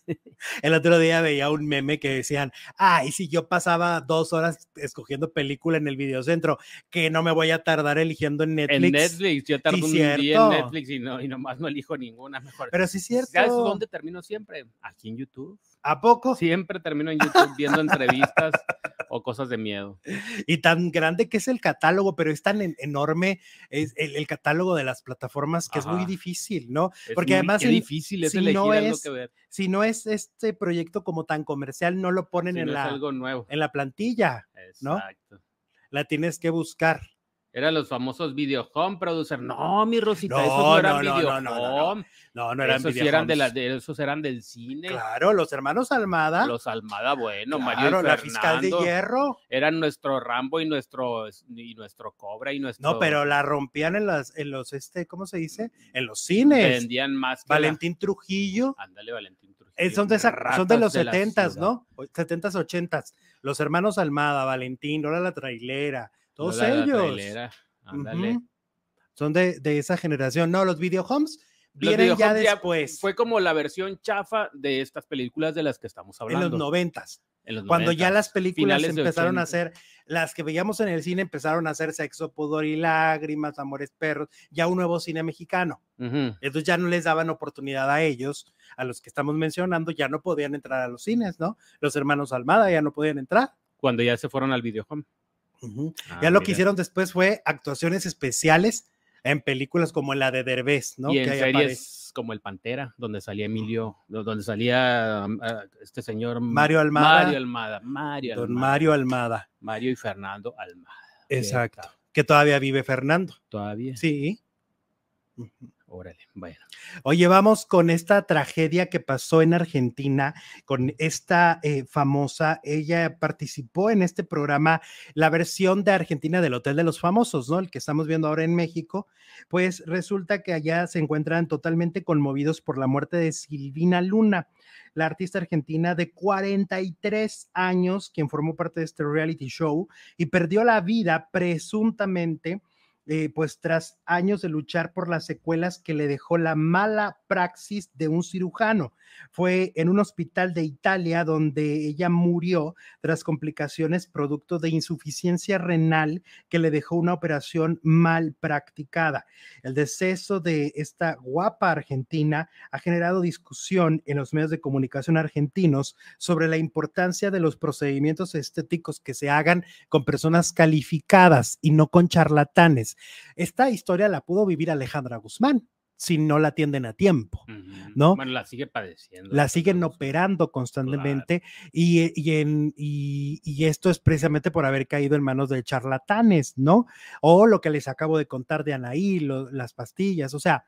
El otro día veía un meme que decían, ay, si yo pasaba dos horas escogiendo película en el videocentro, que no me voy a tardar eligiendo en Netflix. En Netflix, yo tardo sí, un cierto. día en Netflix y, no, y nomás no elijo ninguna mejor. Pero sí es cierto. ¿Sabes dónde termino siempre? Aquí en YouTube. ¿A poco? Siempre termino en YouTube viendo entrevistas o cosas de miedo. Y tan grande que es el catálogo, pero es tan en, enorme es el, el catálogo de las plataformas que Ajá. es muy difícil, ¿no? Es Porque muy, además qué en, difícil es si elegir no algo es, que ver. Si no es este proyecto como tan comercial, no lo ponen si en, no la, es algo nuevo. en la plantilla, ¿no? Exacto. La tienes que buscar. Eran los famosos video home producer. No, mi Rosita, no, esos no eran no, video no, no, home. No, no, no eran esos video sí eran de, homes. la, de esos eran del cine. Claro, los hermanos Almada. Los Almada, bueno, claro, Mario y Fernando. La fiscal de hierro. Eran nuestro Rambo y nuestro y nuestro Cobra y nuestro. No, pero la rompían en las, en los, este, ¿cómo se dice? En los cines. Vendían más. Que Valentín la... Trujillo. Ándale, Valentín Trujillo. Eh, son, de esa, son de los setentas, ¿no? Setentas, ochentas. Los hermanos Almada, Valentín, Lola la Trailera, todos Lola ellos. La trailera. Ándale. Uh-huh. Son de, de esa generación. No, los video homes vienen los ya ya después. Fue como la versión chafa de estas películas de las que estamos hablando. En los noventas. En los cuando noventas, ya las películas empezaron ochenta. A hacer, las que veíamos en el cine empezaron a hacer Sexo, Pudor y Lágrimas, Amores Perros, ya un nuevo cine mexicano. Uh-huh. Entonces ya no les daban oportunidad a ellos, a los que estamos mencionando, ya no podían entrar a los cines, ¿no? Los hermanos Almada ya no podían entrar. Cuando ya se fueron al videohome. Uh-huh. Ah, ya lo mira. que hicieron después fue actuaciones especiales en películas como la de Derbez, ¿no? Y en que series aparece. como El Pantera, donde salía Emilio, donde salía uh, este señor Mario Almada. Mario Almada. Mario Don Almada. Mario Almada. Mario y Fernando Almada. Exacto. Que todavía vive Fernando. Todavía. Sí. Uh-huh. Órale, bueno. Oye, vamos con esta tragedia que pasó en Argentina, con esta eh, famosa, ella participó en este programa, la versión de Argentina del Hotel de los Famosos, ¿no? El que estamos viendo ahora en México, pues resulta que allá se encuentran totalmente conmovidos por la muerte de Silvina Luna, la artista argentina de cuarenta y tres años, quien formó parte de este reality show y perdió la vida presuntamente Eh, pues tras años de luchar por las secuelas que le dejó la mala praxis de un cirujano. Fue en un hospital de Italia donde ella murió tras complicaciones producto de insuficiencia renal que le dejó una operación mal practicada. El deceso de esta guapa argentina ha generado discusión en los medios de comunicación argentinos sobre la importancia de los procedimientos estéticos que se hagan con personas calificadas y no con charlatanes. Esta historia la pudo vivir Alejandra Guzmán si no la atienden a tiempo, uh-huh. ¿no? Bueno, la sigue padeciendo. La siguen operando constantemente, claro. y, y, en, y, y esto es precisamente por haber caído en manos de charlatanes, ¿no? O lo que les acabo de contar de Anaí, lo, las pastillas, o sea,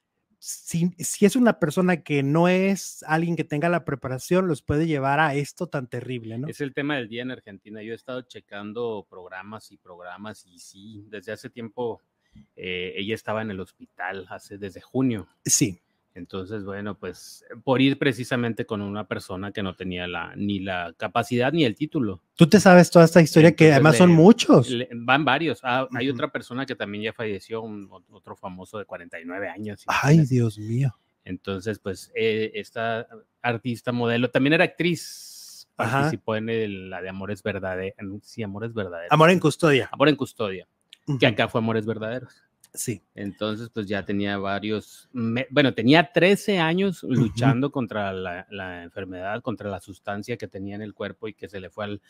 si, si es una persona que no es alguien que tenga la preparación, los puede llevar a esto tan terrible, ¿no? Es el tema del día en Argentina. Yo he estado checando programas y programas y sí, desde hace tiempo eh, ella estaba en el hospital, hace desde junio. Sí. Entonces, bueno, pues por ir precisamente con una persona que no tenía la, ni la capacidad ni el título. Tú te sabes toda esta historia. Entonces, que además le, son muchos. Le, van varios. Ah, uh-huh. Hay otra persona que también ya falleció, un, otro famoso de cuarenta y nueve años. Ay, Dios mío. Entonces, pues eh, esta artista modelo, también era actriz, Ajá. participó en el, la de Amores Verdaderos. Sí, Amores Verdaderos. Amor en Custodia. Amor en Custodia, uh-huh. que acá fue Amores Verdaderos. Sí. Entonces, pues ya tenía varios, me, bueno, tenía trece años luchando uh-huh. contra la, la enfermedad, contra la sustancia que tenía en el cuerpo y que se le fue al,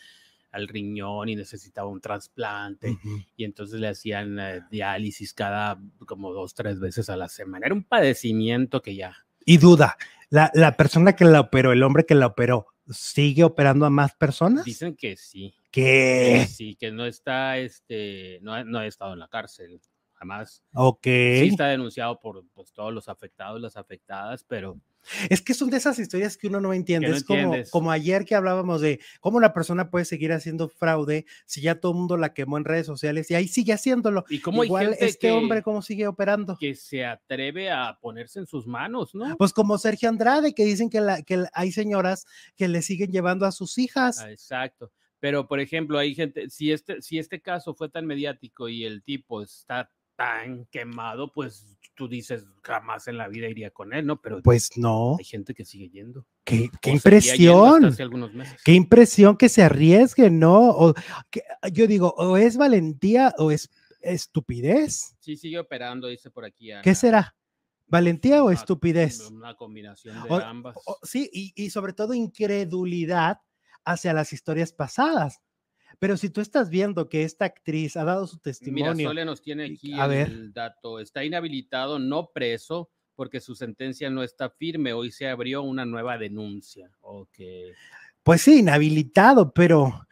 al riñón y necesitaba un trasplante, uh-huh. y entonces le hacían uh, diálisis cada como dos, tres veces a la semana. Era un padecimiento que ya... Y duda, la, la persona que la operó, el hombre que la operó, ¿sigue operando a más personas? Dicen que sí. ¿Qué? Que sí, que no está, este, no, no ha estado en la cárcel, jamás. Ok. Sí está denunciado por pues, todos los afectados, las afectadas, pero... Es que son de esas historias que uno no entiende. No es como, como ayer que hablábamos de cómo una persona puede seguir haciendo fraude si ya todo el mundo la quemó en redes sociales y ahí sigue haciéndolo. Y cómo igual hay gente este que, hombre cómo sigue operando. Que se atreve a ponerse en sus manos, ¿no? Pues como Sergio Andrade, que dicen que, la, que hay señoras que le siguen llevando a sus hijas. Ah, exacto. Pero, por ejemplo, hay gente, si este, si este caso fue tan mediático y el tipo está tan quemado, pues tú dices, jamás en la vida iría con él, ¿no? Pero pues no. Hay gente que sigue yendo. Qué, qué impresión. Hace algunos meses. Qué impresión que se arriesgue, ¿no? O, que, yo digo, o es valentía o es estupidez. Sí, sigue operando, dice por aquí. Ana. ¿Qué será? ¿Valentía una, o estupidez? Una combinación de o, ambas. O, sí, y, y sobre todo incredulidad hacia las historias pasadas. Pero si tú estás viendo que esta actriz ha dado su testimonio. Mira, Sole nos tiene aquí a el, ver. el dato. Está inhabilitado, no preso, porque su sentencia no está firme. Hoy se abrió una nueva denuncia. Okay. Pues sí, inhabilitado, pero,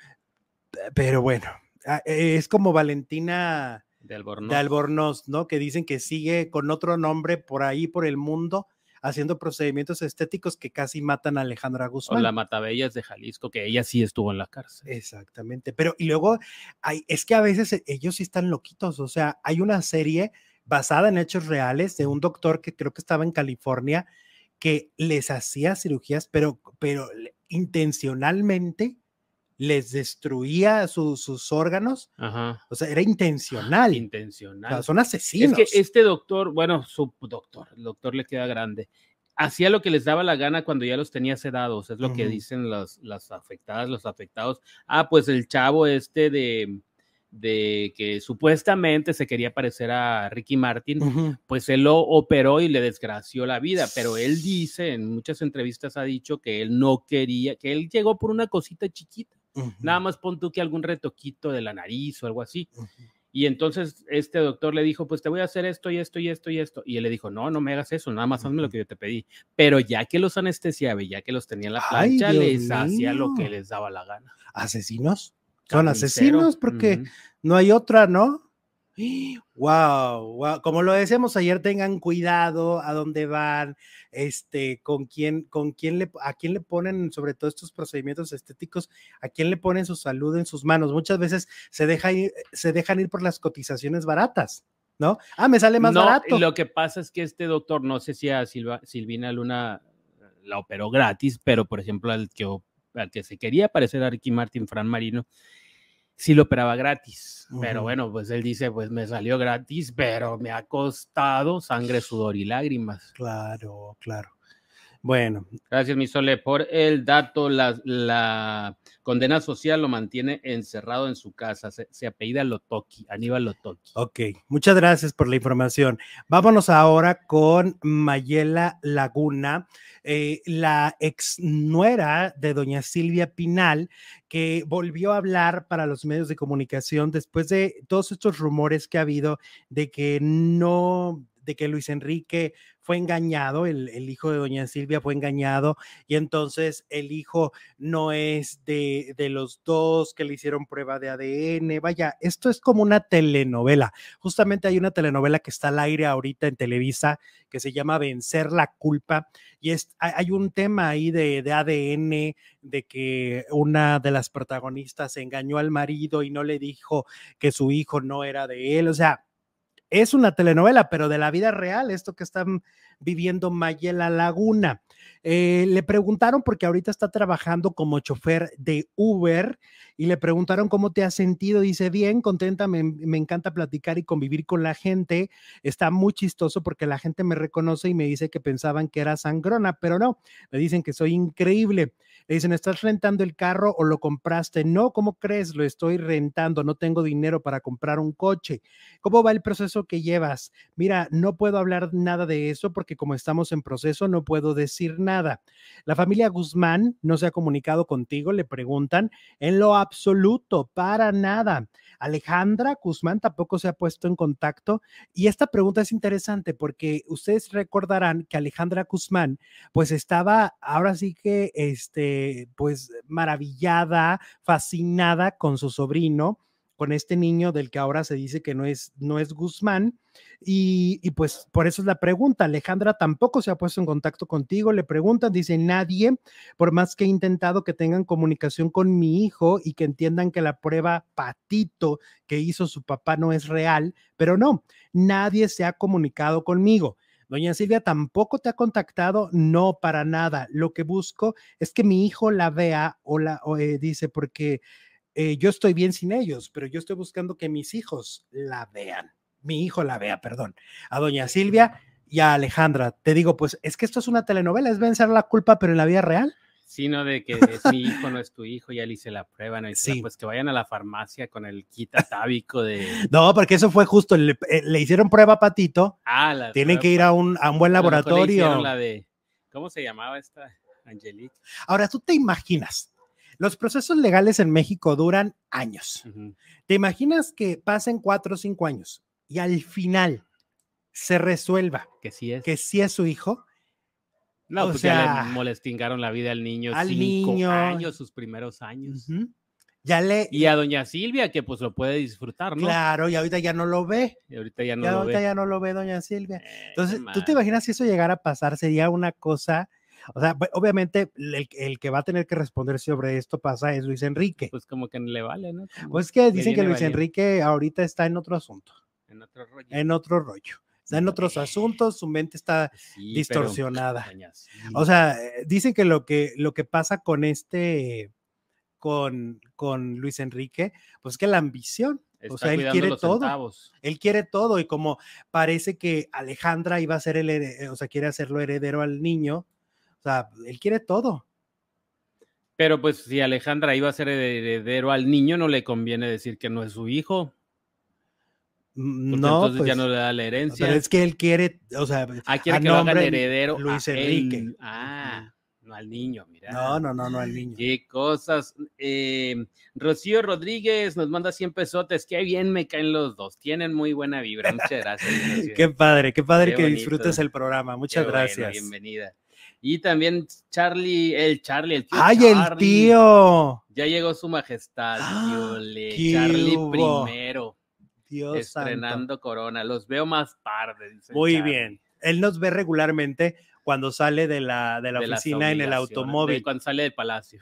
pero bueno, es como Valentina de Albornoz. de Albornoz, ¿no? Que dicen que sigue con otro nombre por ahí, por el mundo, haciendo procedimientos estéticos que casi matan a Alejandra Guzmán. O la Matabellas de Jalisco, que ella sí estuvo en la cárcel. Exactamente, pero y luego hay, es que a veces ellos sí están loquitos, o sea, hay una serie basada en hechos reales de un doctor que creo que estaba en California que les hacía cirugías, pero, pero intencionalmente les destruía su, sus órganos. Ajá. O sea, era intencional. Intencional. O sea, son asesinos. Es que este doctor, bueno, su doctor, el doctor le queda grande, hacía lo que les daba la gana cuando ya los tenía sedados, es lo uh-huh. que dicen las, las afectadas, los afectados. Ah, pues el chavo este de, de que supuestamente se quería parecer a Ricky Martin, uh-huh. pues él lo operó y le desgració la vida, pero él dice, en muchas entrevistas ha dicho que él no quería, que él llegó por una cosita chiquita. Uh-huh. Nada más pon tú que algún retoquito de la nariz o algo así. Uh-huh. Y entonces este doctor le dijo, pues te voy a hacer esto y esto y esto y esto. Y él le dijo, no, no me hagas eso, nada más hazme uh-huh. lo que yo te pedí. Pero ya que los anestesiaba y ya que los tenía en la plancha, Ay, les mío. hacía lo que les daba la gana. ¿Asesinos? Son Carnicero. asesinos porque uh-huh. no hay otra, ¿no? Wow, wow, como lo decíamos ayer, tengan cuidado a dónde van, este, con quién, con quién le, a quién le ponen, sobre todo estos procedimientos estéticos, a quién le ponen su salud en sus manos. Muchas veces se dejan ir, se dejan ir por las cotizaciones baratas, ¿no? Ah, me sale más no, barato. Lo que pasa es que este doctor, no sé si a Silva, Silvina Luna la operó gratis, pero por ejemplo al que, al que se quería parecer a Ricky Martin, Fran Marino, sí lo operaba gratis, uh-huh. pero bueno, pues él dice, pues me salió gratis, pero me ha costado sangre, sudor y lágrimas. Claro, claro. Bueno. Gracias, mi Sole, por el dato. La, la condena social lo mantiene encerrado en su casa. Se, se apellida Lotoki, Aníbal Lotoki. Ok, muchas gracias por la información. Vámonos ahora con Mayela Laguna, eh, la ex nuera de doña Silvia Pinal, que volvió a hablar para los medios de comunicación después de todos estos rumores que ha habido de que no... de que Luis Enrique fue engañado, el, el hijo de doña Silvia fue engañado y entonces el hijo no es de, de los dos que le hicieron prueba de A D N. Vaya, esto es como una telenovela. Justamente hay una telenovela que está al aire ahorita en Televisa que se llama Vencer la Culpa y es, hay un tema ahí de, de A D N, de que una de las protagonistas engañó al marido y no le dijo que su hijo no era de él. O sea, es una telenovela, pero de la vida real, esto que están viviendo Mayela Laguna. Eh, le preguntaron, porque ahorita está trabajando como chofer de Uber, y le preguntaron cómo te has sentido. Dice, bien, contenta, me, me encanta platicar y convivir con la gente. Está muy chistoso porque la gente me reconoce y me dice que pensaban que era sangrona, pero no, me dicen que soy increíble. Le dicen, ¿estás rentando el carro o lo compraste? No, ¿cómo crees? Lo estoy rentando, no tengo dinero para comprar un coche. ¿Cómo va el proceso que llevas? Mira, no puedo hablar nada de eso porque como estamos en proceso no puedo decir nada. La familia Guzmán no se ha comunicado contigo, le preguntan. En lo absoluto, para nada. Alejandra Guzmán tampoco se ha puesto en contacto y esta pregunta es interesante porque ustedes recordarán que Alejandra Guzmán pues estaba ahora sí que este pues maravillada, fascinada con su sobrino, con este niño del que ahora se dice que no es, no es Guzmán y, y pues por eso es la pregunta. Alejandra tampoco se ha puesto en contacto contigo, le preguntan, dice nadie, por más que he intentado que tengan comunicación con mi hijo y que entiendan que la prueba patito que hizo su papá no es real, pero no, nadie se ha comunicado conmigo. Doña Silvia tampoco te ha contactado, no, para nada. Lo que busco es que mi hijo la vea o la o, eh, dice porque eh, yo estoy bien sin ellos, pero yo estoy buscando que mis hijos la vean, mi hijo la vea, perdón, a doña Silvia y a Alejandra. Te digo, pues es que esto es una telenovela, es vencer la culpa, pero en la vida real. Sino de que es mi hijo, no es tu hijo, ya le hice la prueba, ¿no? Y Sí. Pues que vayan a la farmacia con el kit atávico de... No, porque eso fue justo, le, eh, le hicieron prueba a Patito, Ah, la tienen prueba, que ir a un, a un buen a lo mejor le laboratorio. hicieron la de... ¿Cómo se llamaba esta? Angelique. Ahora, tú te imaginas, los procesos legales en México duran años. Uh-huh. ¿Te imaginas que pasen cuatro o cinco años y al final se resuelva Que sí es. que sí es su hijo? No, o pues sea, ya le molestingaron la vida al niño al cinco niño. años, sus primeros años. Uh-huh. Ya le, y a doña Silvia, que pues lo puede disfrutar, ¿no? Claro, y ahorita ya no lo ve. Y ahorita ya no ya lo ahorita ve. ya no lo ve doña Silvia. Eh, Entonces, ¿tú te imaginas si eso llegara a pasar? Sería una cosa... O sea, obviamente el, el que va a tener que responder sobre esto pasa es Luis Enrique. Pues como que no le vale, ¿no? Como pues que dicen que Luis valiendo. Enrique ahorita está en otro asunto. En otro rollo. En otro rollo. Está en otros asuntos, su mente está sí, distorsionada. Pero, sí. O sea, dicen que lo que, lo que pasa con este, con, con Luis Enrique, pues que la ambición. Está o sea, él quiere todo. Centavos. Él quiere todo y como parece que Alejandra iba a ser el heredero, o sea, quiere hacerlo heredero al niño, o sea, él quiere todo. Pero pues si Alejandra iba a ser heredero al niño, no le conviene decir que no es su hijo. No, entonces pues, ya no le da la herencia. Pero es que él quiere, o sea, ah, quiere a que nombre lo hagan heredero Luis a Enrique. Él. Ah, no al niño, mira. No, no, no, no al niño. Qué cosas. Eh, Rocío Rodríguez nos manda cien pesotes. Qué bien me caen los dos. Tienen muy buena vibra. Muchas gracias. Qué padre, qué padre qué que bonito. Disfrutes el programa. Muchas qué gracias. Bueno, bienvenida. Y también Charlie, el Charlie, el tío ¡Ay, Charlie. el tío! Ya llegó su majestad, ¡Ah, tío Charlie hubo? primero. Dios estrenando santo. corona. Los veo más tarde. Dice Muy Charlie. bien. Él nos ve regularmente cuando sale de la, de la de oficina en el automóvil. De cuando sale del palacio.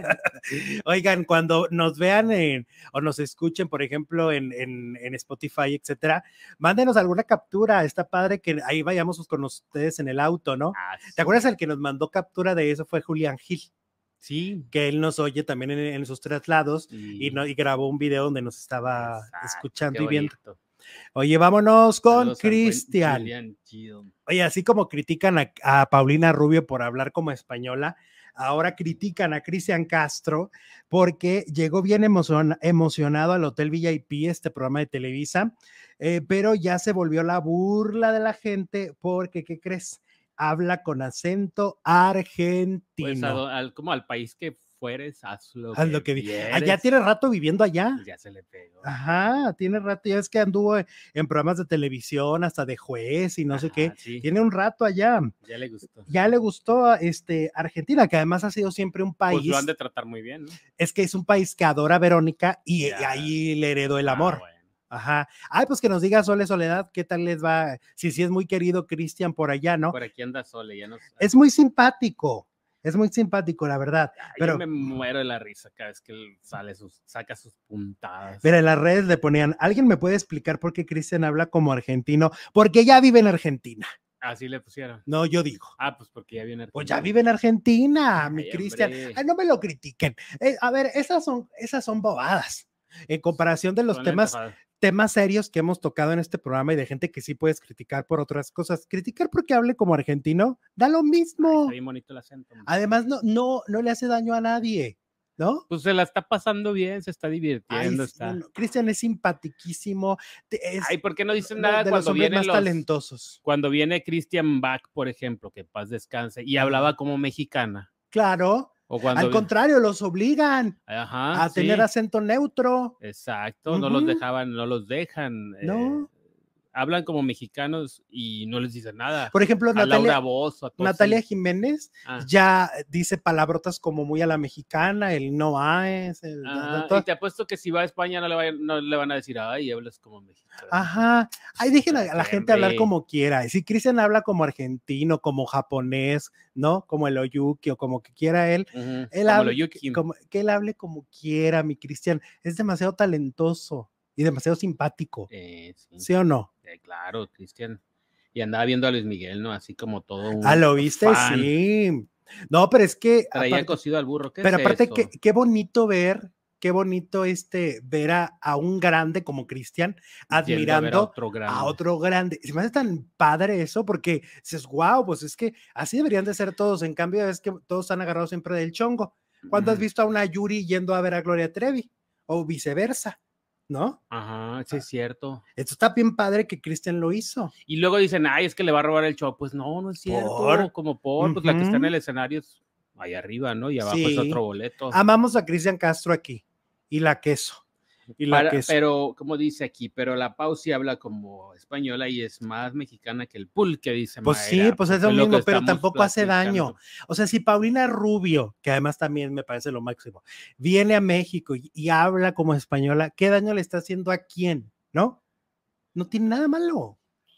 Oigan, cuando nos vean en, o nos escuchen, por ejemplo, en, en, en Spotify, etcétera, mándenos alguna captura. Está padre que ahí vayamos con ustedes en el auto, ¿no? Ah, sí. ¿Te acuerdas el que nos mandó captura de eso? Fue Julián Gil. Sí. Que él nos oye también en, en sus traslados y, y, no, y grabó un video donde nos estaba Exacto, escuchando y viendo. Oye, vámonos con Cristian. Oye, así como critican a, a Paulina Rubio por hablar como española, ahora critican a Cristian Castro porque llegó bien emocion, emocionado al Hotel V I P, este programa de Televisa, eh, pero ya se volvió la burla de la gente porque, ¿qué crees? Habla con acento argentino. Pues a, al, como al país que fueres, haz lo haz que, lo que vieres. Allá tiene rato viviendo allá. Ya se le pegó. Ajá, tiene rato, ya es que anduvo en programas de televisión, hasta de juez y no Ajá, sé qué. Sí. Tiene un rato allá. Ya le gustó. Ya le gustó este, Argentina, que además ha sido siempre un país. Pues lo han de tratar muy bien, ¿no? Es que es un país que adora a Verónica y, y ahí le heredó el amor. Ah, bueno. Ajá. Ay, pues que nos diga Sole Soledad, ¿qué tal les va? Si sí es muy querido Cristian por allá, ¿no? Por aquí anda Sole, ya nos... Es muy simpático, es muy simpático, la verdad. Ay, pero yo me muero de la risa cada vez que él sale sus, saca sus puntadas. Pero en las redes le ponían, ¿alguien me puede explicar por qué Cristian habla como argentino? Porque ya vive en Argentina. Así le pusieron. No, yo digo. Ah, pues porque ya vive en Argentina. Pues ya vive en Argentina, Ay, mi Cristian. Ay, no me lo critiquen. Eh, a ver, esas son, esas son bobadas. En comparación de los son temas, entajadas. temas serios que hemos tocado en este programa y de gente que sí puedes criticar por otras cosas. Criticar porque hable como argentino, da lo mismo. Ay, está bien bonito el acento. Además, no, no, no le hace daño a nadie, ¿no? Pues se la está pasando bien, se está divirtiendo. Ay, está. sí, no, Cristian es simpatiquísimo. Es Ay, ¿por qué no dicen de, nada de cuando los hombres vienen más los talentosos? Cuando viene Christian Bach, por ejemplo, que paz descanse, y hablaba como mexicana? Claro. O cuando Al vi- contrario, los obligan Ajá, a sí, tener acento neutro. exacto, Ujú. no los dejaban, no los dejan. No. eh, hablan como mexicanos y no les dicen nada. Por ejemplo, A Natalia, Laura Bozzo, a todos Natalia ellos. Jiménez Ah. ya dice palabrotas como muy a la mexicana, el no es, el Ah, todo. y te apuesto que si va a España no le, vayan- no le van a decir, ay, hablas como mexicano. Ajá, ahí dejen a, a la gente hablar Hombre. como quiera. Y si Cristian habla como argentino, como japonés, ¿no? Como el Oyuki o como que quiera él, Ujú, él como lo hable, Yuki. como, que él hable como quiera, mi Cristian. Es demasiado talentoso y demasiado simpático, Eh, sí, ¿sí o no? eh, claro, Cristian. Y andaba viendo a Luis Miguel, ¿no? Así como todo un Ah, ¿lo viste? fan. Sí. No, pero es que Traía aparte, cocido al burro. ¿Qué pero es aparte eso? qué, qué bonito ver, qué bonito este ver a, a un grande como Cristian Yendo a ver a admirando otro grande. a otro grande. Se me hace tan padre eso porque dices, wow, pues es que así deberían de ser todos. En cambio, es que todos están agarrados siempre del chongo. ¿Cuándo has Ujú. visto a una Yuri yendo a ver a Gloria Trevi? O viceversa, ¿no? Ajá, sí es cierto. Esto está bien padre que Cristian lo hizo. Y luego dicen, ay, es que le va a robar el show. Pues no, no es cierto. ¿Por? Como por, pues la que está en Ujú. el escenario es ahí arriba, ¿no? Y abajo es Sí. otro boleto. Amamos a Cristian Castro aquí. Y la queso. Y la Para- queso. pero, como dice aquí, pero la Pausi habla como española y es más mexicana que el pulque, dice Pues Mayra, sí, pues es porque lo que mismo, pero estamos tampoco hace daño. platicando. O sea, si Paulina Rubio, que además también me parece lo máximo, viene a México y, y habla como española, ¿qué daño le está haciendo a quién? ¿No? No tiene nada malo.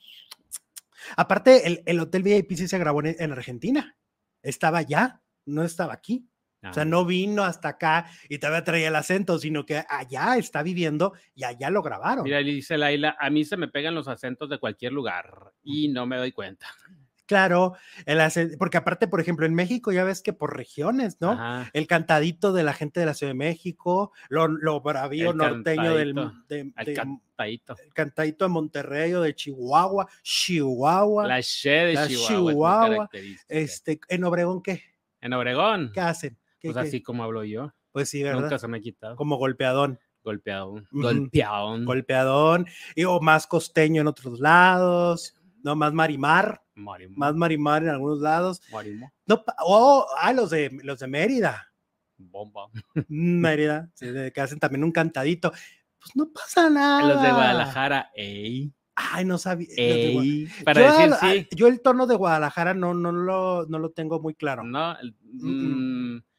Aparte, el, el Hotel V I P sí se grabó en, en Argentina. Estaba allá, no estaba aquí. O sea, Ah, no vino hasta acá y todavía traía el acento, sino que allá está viviendo y allá lo grabaron. Mira, dice Laila, a mí se me pegan los acentos de cualquier lugar y no me doy cuenta. Claro, el acento, porque aparte, por ejemplo, en México ya ves que por regiones, ¿no? Ajá. El cantadito de la gente de la Ciudad de México, lo, lo bravío El norteño del cantadito, de, el de- cantadito. el cantadito de Monterrey o de Chihuahua, Chihuahua, La she de la Chihuahua, es muy Chihuahua, característica. este, en Obregón, ¿qué? En Obregón, ¿Qué hacen? ¿Qué, pues qué? así como hablo yo, Pues sí, ¿verdad? nunca se me ha quitado. Como golpeadón, Golpeadón, Ujú. golpeadón. golpeadón, y, o más costeño en otros lados, no, más marimar, Marimo, más marimar en algunos lados. marimo, No, pa- oh, ah, los de, los de Mérida. bomba. Mérida, sí, de que hacen también un cantadito. Pues no pasa nada. Los de Guadalajara, ey, Ay, no sabía. los de Gua- ey, para yo, decir a- a- sí, yo el tono de Guadalajara no, no, lo, no lo tengo muy claro. ¿no? El- Mm, mm,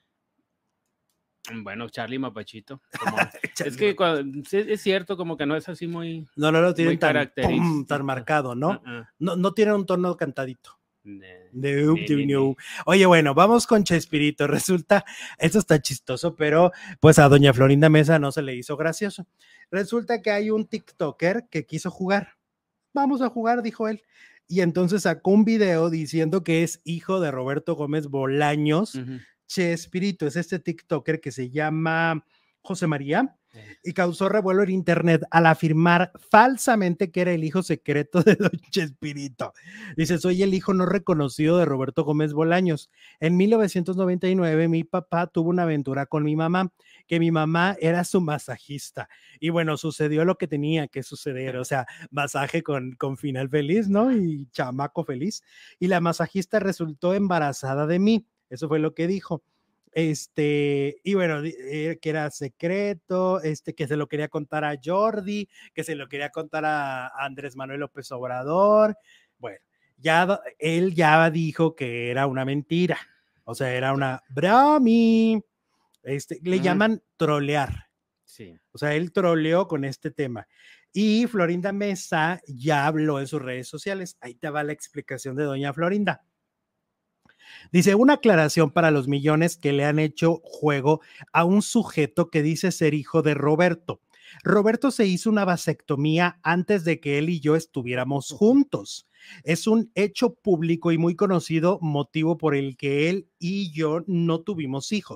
bueno, Charlie Mapachito. como- es que cuando- sí, es cierto, como que no es así muy... No, no lo tienen muy tan, característico. pum, tan marcado, ¿no? Uh-uh. No, no tienen un tono cantadito. Ne- No, ne- no, ne- no. ne. Oye, bueno, vamos con Chespirito. Resulta, esto está chistoso, pero pues a doña Florinda Mesa no se le hizo gracioso. Resulta que hay un TikToker que quiso jugar. Vamos a jugar, dijo él. Y entonces sacó un video diciendo que es hijo de Roberto Gómez Bolaños. Ujú. Chespirito es este TikToker que se llama José María Eh, y causó revuelo en internet al afirmar falsamente que era el hijo secreto de don Chespirito. Dice, soy el hijo no reconocido de Roberto Gómez Bolaños. En mil novecientos noventa y nueve mi papá tuvo una aventura con mi mamá, que mi mamá era su masajista. Y bueno, sucedió lo que tenía que suceder, o sea, masaje con, con final feliz, ¿no? Y chamaco feliz. Y la masajista resultó embarazada de mí. Eso fue lo que dijo. Este, y bueno, di- eh, que era secreto, este, que se lo quería contar a Jordi, que se lo quería contar a, a Andrés Manuel López Obrador. Bueno, ya do- él ya dijo que era una mentira, o sea, era una brami. Este, le Ujú. llaman trolear. sí. O sea, él troleó con este tema. Y Florinda Mesa ya habló en sus redes sociales. Ahí te va la explicación de doña Florinda. Dice, una aclaración para los millones que le han hecho juego a un sujeto que dice ser hijo de Roberto. Roberto se hizo una vasectomía antes de que él y yo estuviéramos juntos. Es un hecho público y muy conocido motivo por el que él y yo no tuvimos hijos.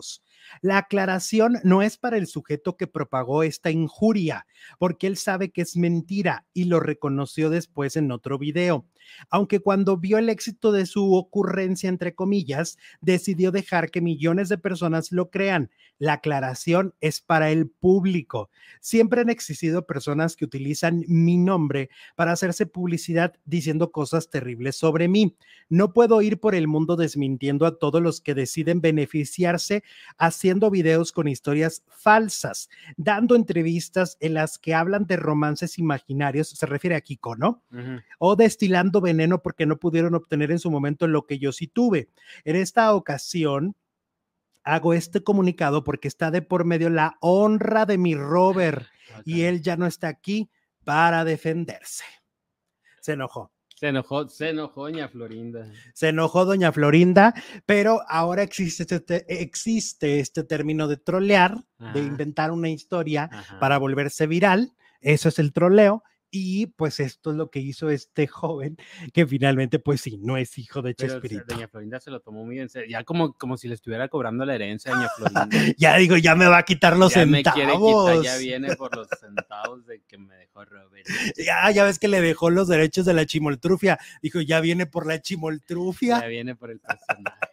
La aclaración no es para el sujeto que propagó esta injuria, porque él sabe que es mentira y lo reconoció después en otro video. Aunque cuando vio el éxito de su ocurrencia, entre comillas, decidió dejar que millones de personas lo crean. La aclaración es para el público. Siempre han existido personas que utilizan mi nombre para hacerse publicidad diciendo cosas terribles sobre mí. No puedo ir por el mundo desmintiendo a todos los que deciden beneficiarse haciendo videos con historias falsas, dando entrevistas en las que hablan de romances imaginarios, se refiere a Kiko, ¿no? Uh-huh. O destilando veneno porque no pudieron obtener en su momento lo que yo sí tuve. En esta ocasión hago este comunicado porque está de por medio la honra de mi Robert okay. y él ya no está aquí para defenderse. Se enojó. Se enojó, se enojó doña Florinda. Se enojó doña Florinda, pero ahora existe este, existe este término de trolear, ajá. de inventar una historia ajá. para volverse viral. Eso es el troleo. Y pues esto es lo que hizo este joven, que finalmente pues sí, no es hijo de Chespirito. Doña Florinda se lo tomó muy en serio, ya como, como si le estuviera cobrando la herencia a doña Florinda. Ya digo, ya me va a quitar los ya centavos. Me quiere quitar, ya viene por los centavos de que me dejó Robert. Ya, ya ves que le dejó los derechos de la chimoltrufia. Dijo, ya viene por la chimoltrufia. Ya viene por el personaje.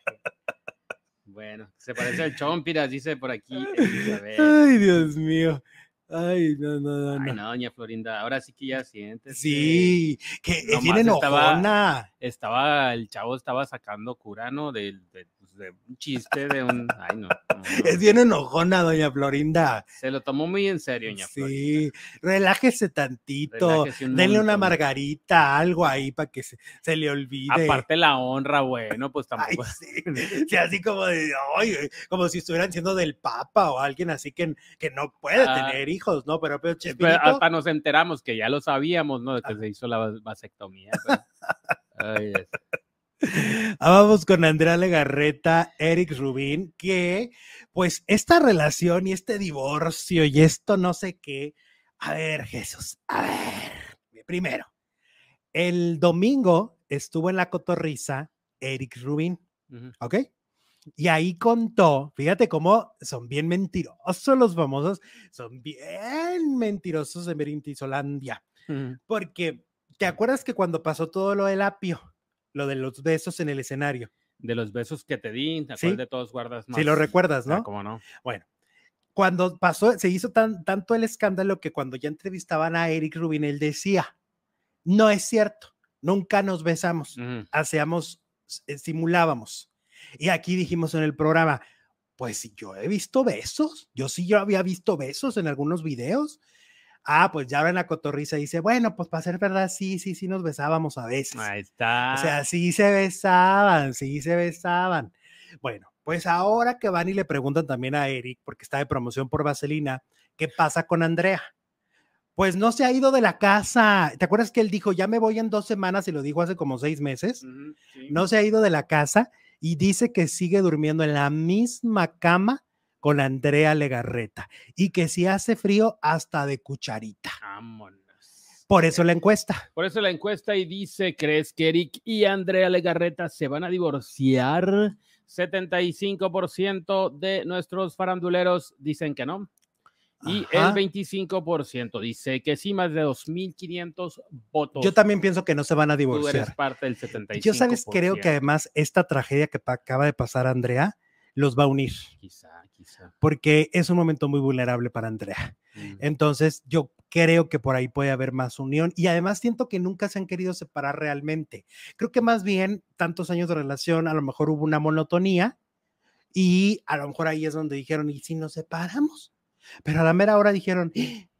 Bueno, se parece al Chompiras, dice por aquí Elizabeth. Ay, Dios mío. Ay, no, no, no. Ay, no, doña Florinda, ahora sí que ya sientes. Sí, que, que viene enojona. Estaba, estaba, el chavo estaba sacando cura, ¿no? De, de, de un chiste, de un. Ay, no, no, no. Es bien enojona, doña Florinda. Se lo tomó muy en serio, doña sí, Florinda. Sí, relájese tantito. Relájese un denle montón. Una margarita, algo ahí para que se, se le olvide. Aparte la honra, bueno, pues tampoco. Ay, sí. sí, así como de, ay, como si estuvieran siendo del Papa o alguien así que, que no puede ah, tener hijos, ¿no? Pero, pero, pero hasta nos enteramos que ya lo sabíamos, ¿no? De que ah. se hizo la vasectomía. Pues. Ay, es. Vamos con Andrea Legarreta, Eric Rubin, que pues esta relación y este divorcio y esto no sé qué. A ver, Jesús, a ver, primero, el domingo estuvo en la cotorriza Eric Rubin, uh-huh. ¿ok? Y ahí contó, fíjate cómo son bien mentirosos los famosos, son bien mentirosos en Berintizolandia, uh-huh. porque ¿te acuerdas que cuando pasó todo lo del apio? Lo de los besos en el escenario. De los besos que te di, ¿te acuerdas de todos guardas más? Sí, lo recuerdas, ¿no? Ah, ¿cómo no? Bueno, cuando pasó, se hizo tan, tanto el escándalo que cuando ya entrevistaban a Eric Rubin, él decía, no es cierto, nunca nos besamos, uh-huh. hacíamos, simulábamos. Y aquí dijimos en el programa, pues yo he visto besos, yo sí yo había visto besos en algunos videos. Ah, pues ya ahora en la cotorriza dice, bueno, pues para ser verdad, sí, sí, sí nos besábamos a veces. Ahí está. O sea, sí se besaban, sí se besaban. Bueno, pues ahora que van y le preguntan también a Eric, porque está de promoción por Vaselina, ¿qué pasa con Andrea? Pues no se ha ido de la casa. ¿Te acuerdas que él dijo, ya me voy en dos semanas y lo dijo hace como seis meses? Uh-huh, sí. No se ha ido de la casa y dice que sigue durmiendo en la misma cama con Andrea Legarreta y que si hace frío hasta de cucharita. Vámonos. Por eso la encuesta. Por eso la encuesta y dice, ¿crees que Eric y Andrea Legarreta se van a divorciar? setenta y cinco por ciento de nuestros faranduleros dicen que no. Y Ajá. el veinticinco por ciento dice que sí, más de dos mil quinientos votos. Yo también pienso que no se van a divorciar. Tú eres parte del setenta y cinco por ciento. Yo, ¿sabes? Creo que además esta tragedia que acaba de pasar a Andrea los va a unir. Quizá, quizá. Porque es un momento muy vulnerable para Andrea. Mm. Entonces, yo creo que por ahí puede haber más unión y además siento que nunca se han querido separar realmente. Creo que más bien, tantos años de relación, a lo mejor hubo una monotonía y a lo mejor ahí es donde dijeron, ¿y si nos separamos? Pero a la mera hora dijeron,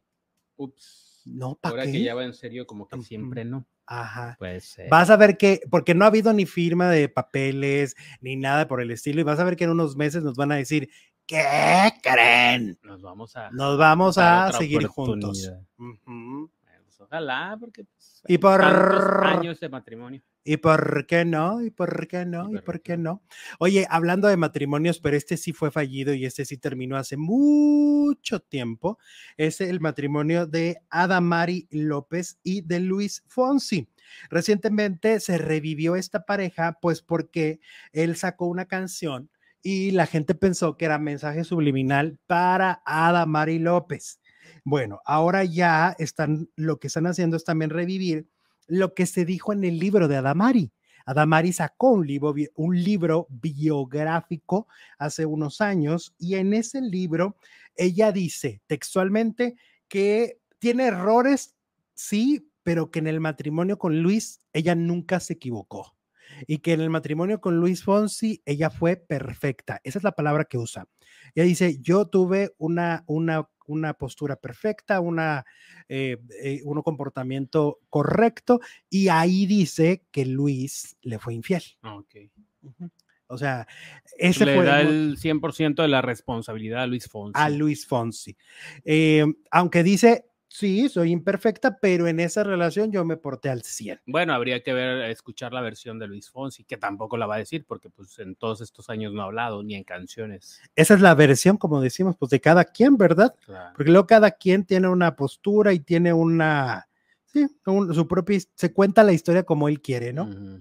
ups, no, ¿para qué? Ahora que ya va en serio, como que siempre no. Ajá. Pues, eh. Vas a ver que, porque no ha habido ni firma de papeles, ni nada por el estilo, y vas a ver que en unos meses nos van a decir, ¿qué creen? Nos vamos a, nos vamos a seguir juntos. Uh-huh. Pues, ojalá, porque pues, y por tantos años de matrimonio. ¿Y por qué no? ¿Y por qué no? ¿Y por qué no? Oye, hablando de matrimonios, pero este sí fue fallido y este sí terminó hace mucho tiempo, es el matrimonio de Adamari López y de Luis Fonsi. Recientemente se revivió esta pareja, pues porque él sacó una canción y la gente pensó que era mensaje subliminal para Adamari López. Bueno, ahora ya están, lo que están haciendo es también revivir lo que se dijo en el libro de Adamari. Adamari sacó un libro, un libro biográfico hace unos años y en ese libro ella dice textualmente que tiene errores, sí, pero que en el matrimonio con Luis ella nunca se equivocó y que en el matrimonio con Luis Fonsi ella fue perfecta. Esa es la palabra que usa. Ella dice, yo tuve una, una, una postura perfecta, una, eh, eh, un comportamiento correcto y ahí dice que Luis le fue infiel. Okay. Uh-huh. O sea, ese le fue da el cien por ciento de la responsabilidad a Luis Fonsi. A Luis Fonsi. Eh, aunque dice, sí, soy imperfecta, pero en esa relación yo me porté al cien. Bueno, habría que ver, escuchar la versión de Luis Fonsi, que tampoco la va a decir, porque pues en todos estos años no ha hablado, ni en canciones. Esa es la versión, como decimos, pues de cada quien, ¿verdad? Claro. Porque luego cada quien tiene una postura y tiene una, sí, un, su propia, se cuenta la historia como él quiere, ¿no? Uh-huh.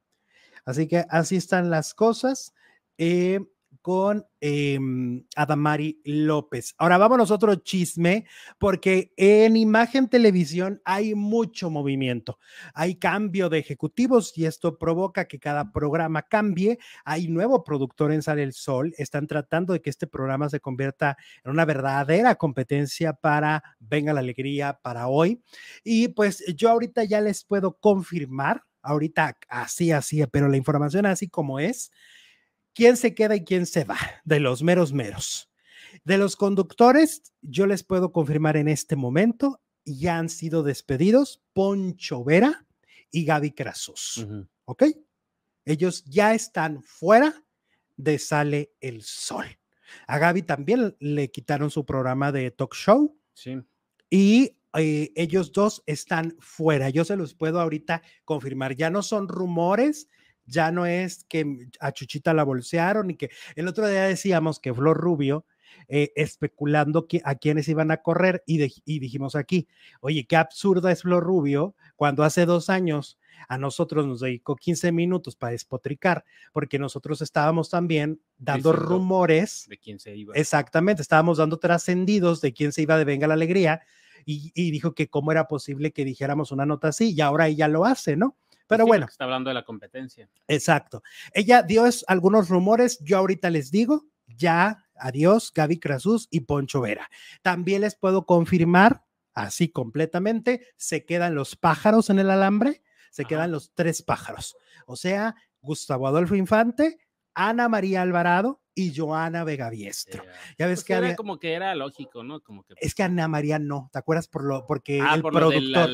Así que así están las cosas. Eh, con eh, Adamari López. Ahora vámonos a otro chisme, porque en Imagen Televisión hay mucho movimiento, hay cambio de ejecutivos y esto provoca que cada programa cambie. Hay nuevo productor en Sale el Sol, están tratando de que este programa se convierta en una verdadera competencia para Venga la Alegría, para hoy, y pues yo ahorita ya les puedo confirmar, ahorita así, así, pero la información así como es, quién se queda y quién se va, de los meros meros. De los conductores, yo les puedo confirmar en este momento, ya han sido despedidos Poncho Vera y Gaby Crasos. Uh-huh. ¿Ok? Ellos ya están fuera de Sale el Sol. A Gaby también le quitaron su programa de talk show. Sí. Y eh, ellos dos están fuera. Yo se los puedo ahorita confirmar. Ya no son rumores, ya no es que a Chuchita la bolsearon y que el otro día decíamos que Flor Rubio eh, especulando que, a quiénes iban a correr y, de, y dijimos aquí, oye, qué absurda es Flor Rubio cuando hace dos años a nosotros nos dedicó quince minutos para despotricar, porque nosotros estábamos también dando Diciendo rumores de quién se iba. Exactamente, estábamos dando trascendidos de quién se iba de Venga la Alegría y, y dijo que cómo era posible que dijéramos una nota así y ahora ella lo hace, ¿no? Pero sí, bueno. Está hablando de la competencia. Exacto. Ella dio algunos rumores, yo ahorita les digo, ya, adiós, Gaby Crasos y Poncho Vera. También les puedo confirmar, así completamente, se quedan los pájaros en el alambre, se Ajá. quedan los tres pájaros. O sea, Gustavo Adolfo Infante, Ana María Alvarado y Joana Vega Biestro. Yeah. Ya ves pues que era había... como que era lógico, ¿no? Como que... Es que Ana María no, ¿te acuerdas? Por lo, porque ah, el por productor...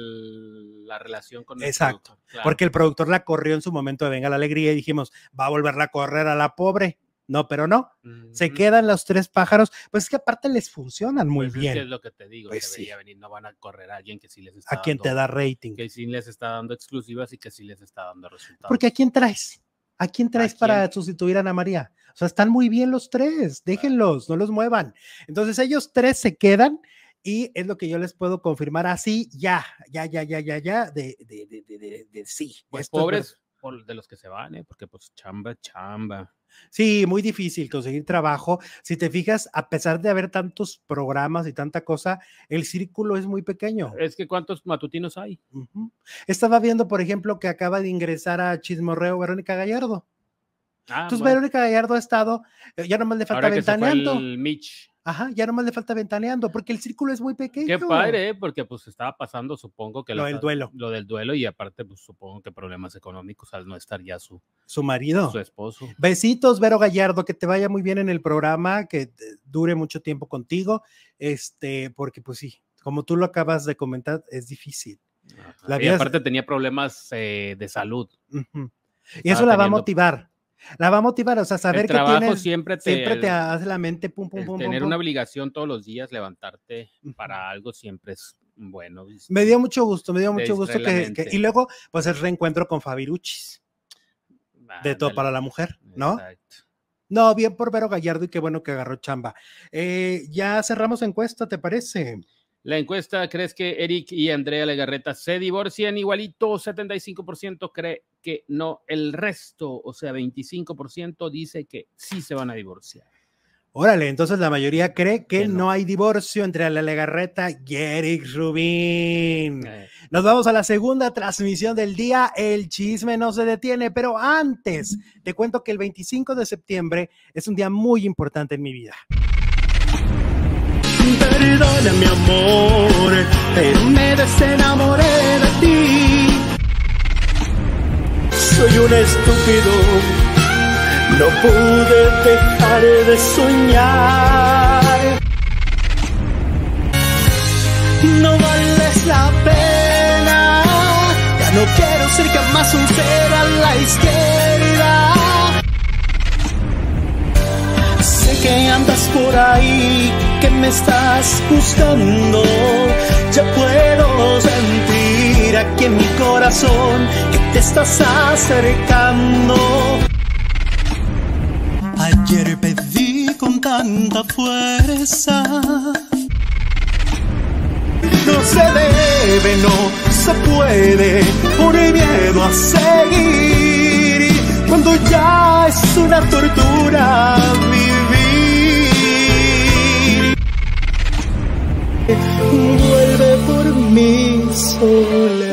La, la relación con el Exacto, productor, claro. Porque el productor la corrió en su momento de Venga la Alegría y dijimos, va a volverla a correr a la pobre. No, pero no, mm-hmm. se quedan los tres pájaros, pues es que aparte les funcionan muy pues bien. Es, que es lo que te digo, pues se sí. veía venir, no van a correr a alguien que sí les está a quien dando, te da rating. Que sí les está dando exclusivas y que sí les está dando resultados. Porque ¿a quién traes? ¿A quién traes ¿A para quién? sustituir a Ana María? O sea, están muy bien los tres, déjenlos, no los muevan. Entonces ellos tres se quedan y es lo que yo les puedo confirmar así, ya, ya, ya, ya, ya, ya, de, de, de, de, de, de sí. Pues Esto pobres por de los que se van, ¿eh? Porque pues chamba, chamba. Sí, muy difícil conseguir trabajo. Si te fijas, a pesar de haber tantos programas y tanta cosa, el círculo es muy pequeño. Es que ¿cuántos matutinos hay? Uh-huh. Estaba viendo, por ejemplo, que acaba de ingresar a Chismorreo Verónica Gallardo. Ah, Entonces bueno. Verónica Gallardo ha estado, ya nomás le falta Ahora ventaneando. Que se fue el Mitch. Ajá, ya nomás le falta ventaneando, porque el círculo es muy pequeño. Qué padre, ¿eh? Porque pues estaba pasando, supongo que lo la, del duelo. Lo del duelo y aparte, pues supongo que problemas económicos al no estar ya su, su marido. Su esposo. Besitos, Vero Gallardo, que te vaya muy bien en el programa, que dure mucho tiempo contigo, este, porque pues sí, como tú lo acabas de comentar, es difícil. La vida y aparte es... tenía problemas eh, de salud. Uh-huh. Y eso la teniendo... va a motivar. La va a motivar, o sea, saber el trabajo que tienes, siempre te, siempre te hace la mente pum, pum, pum. Tener pum, una pum. obligación todos los días, levantarte uh-huh. para algo siempre es bueno. Me dio mucho gusto, me dio mucho gusto que, que, y luego, pues el reencuentro con Fabiruchis, ah, de todo para la mujer, ¿no? Exacto. No, bien por Vero Gallardo y qué bueno que agarró chamba. Eh, ya cerramos encuesta, ¿te parece? La encuesta, ¿crees que Eric y Andrea Legarreta se divorcian? Igualito, setenta y cinco por ciento cree que no, el resto, o sea, veinticinco por ciento dice que sí se van a divorciar. Órale, entonces la mayoría cree que, que no. no hay divorcio entre la Legarreta y Eric Rubin. Eh. Nos vamos a la segunda transmisión del día. El chisme no se detiene, pero antes te cuento que el veinticinco de septiembre es un día muy importante en mi vida. Perdona mi amor, pero me desenamoré de ti. Soy un estúpido, no pude dejar de soñar. No vales la pena, ya no quiero ser jamás un ser a la izquierda. Sé que andas por ahí, que me estás buscando. Ya puedo sentir aquí en mi corazón que te estás acercando. Ayer pedí con tanta fuerza. No se debe, no se puede, por el miedo a seguir. Cuando ya es una tortura vivir. Vuelve por mi soledad.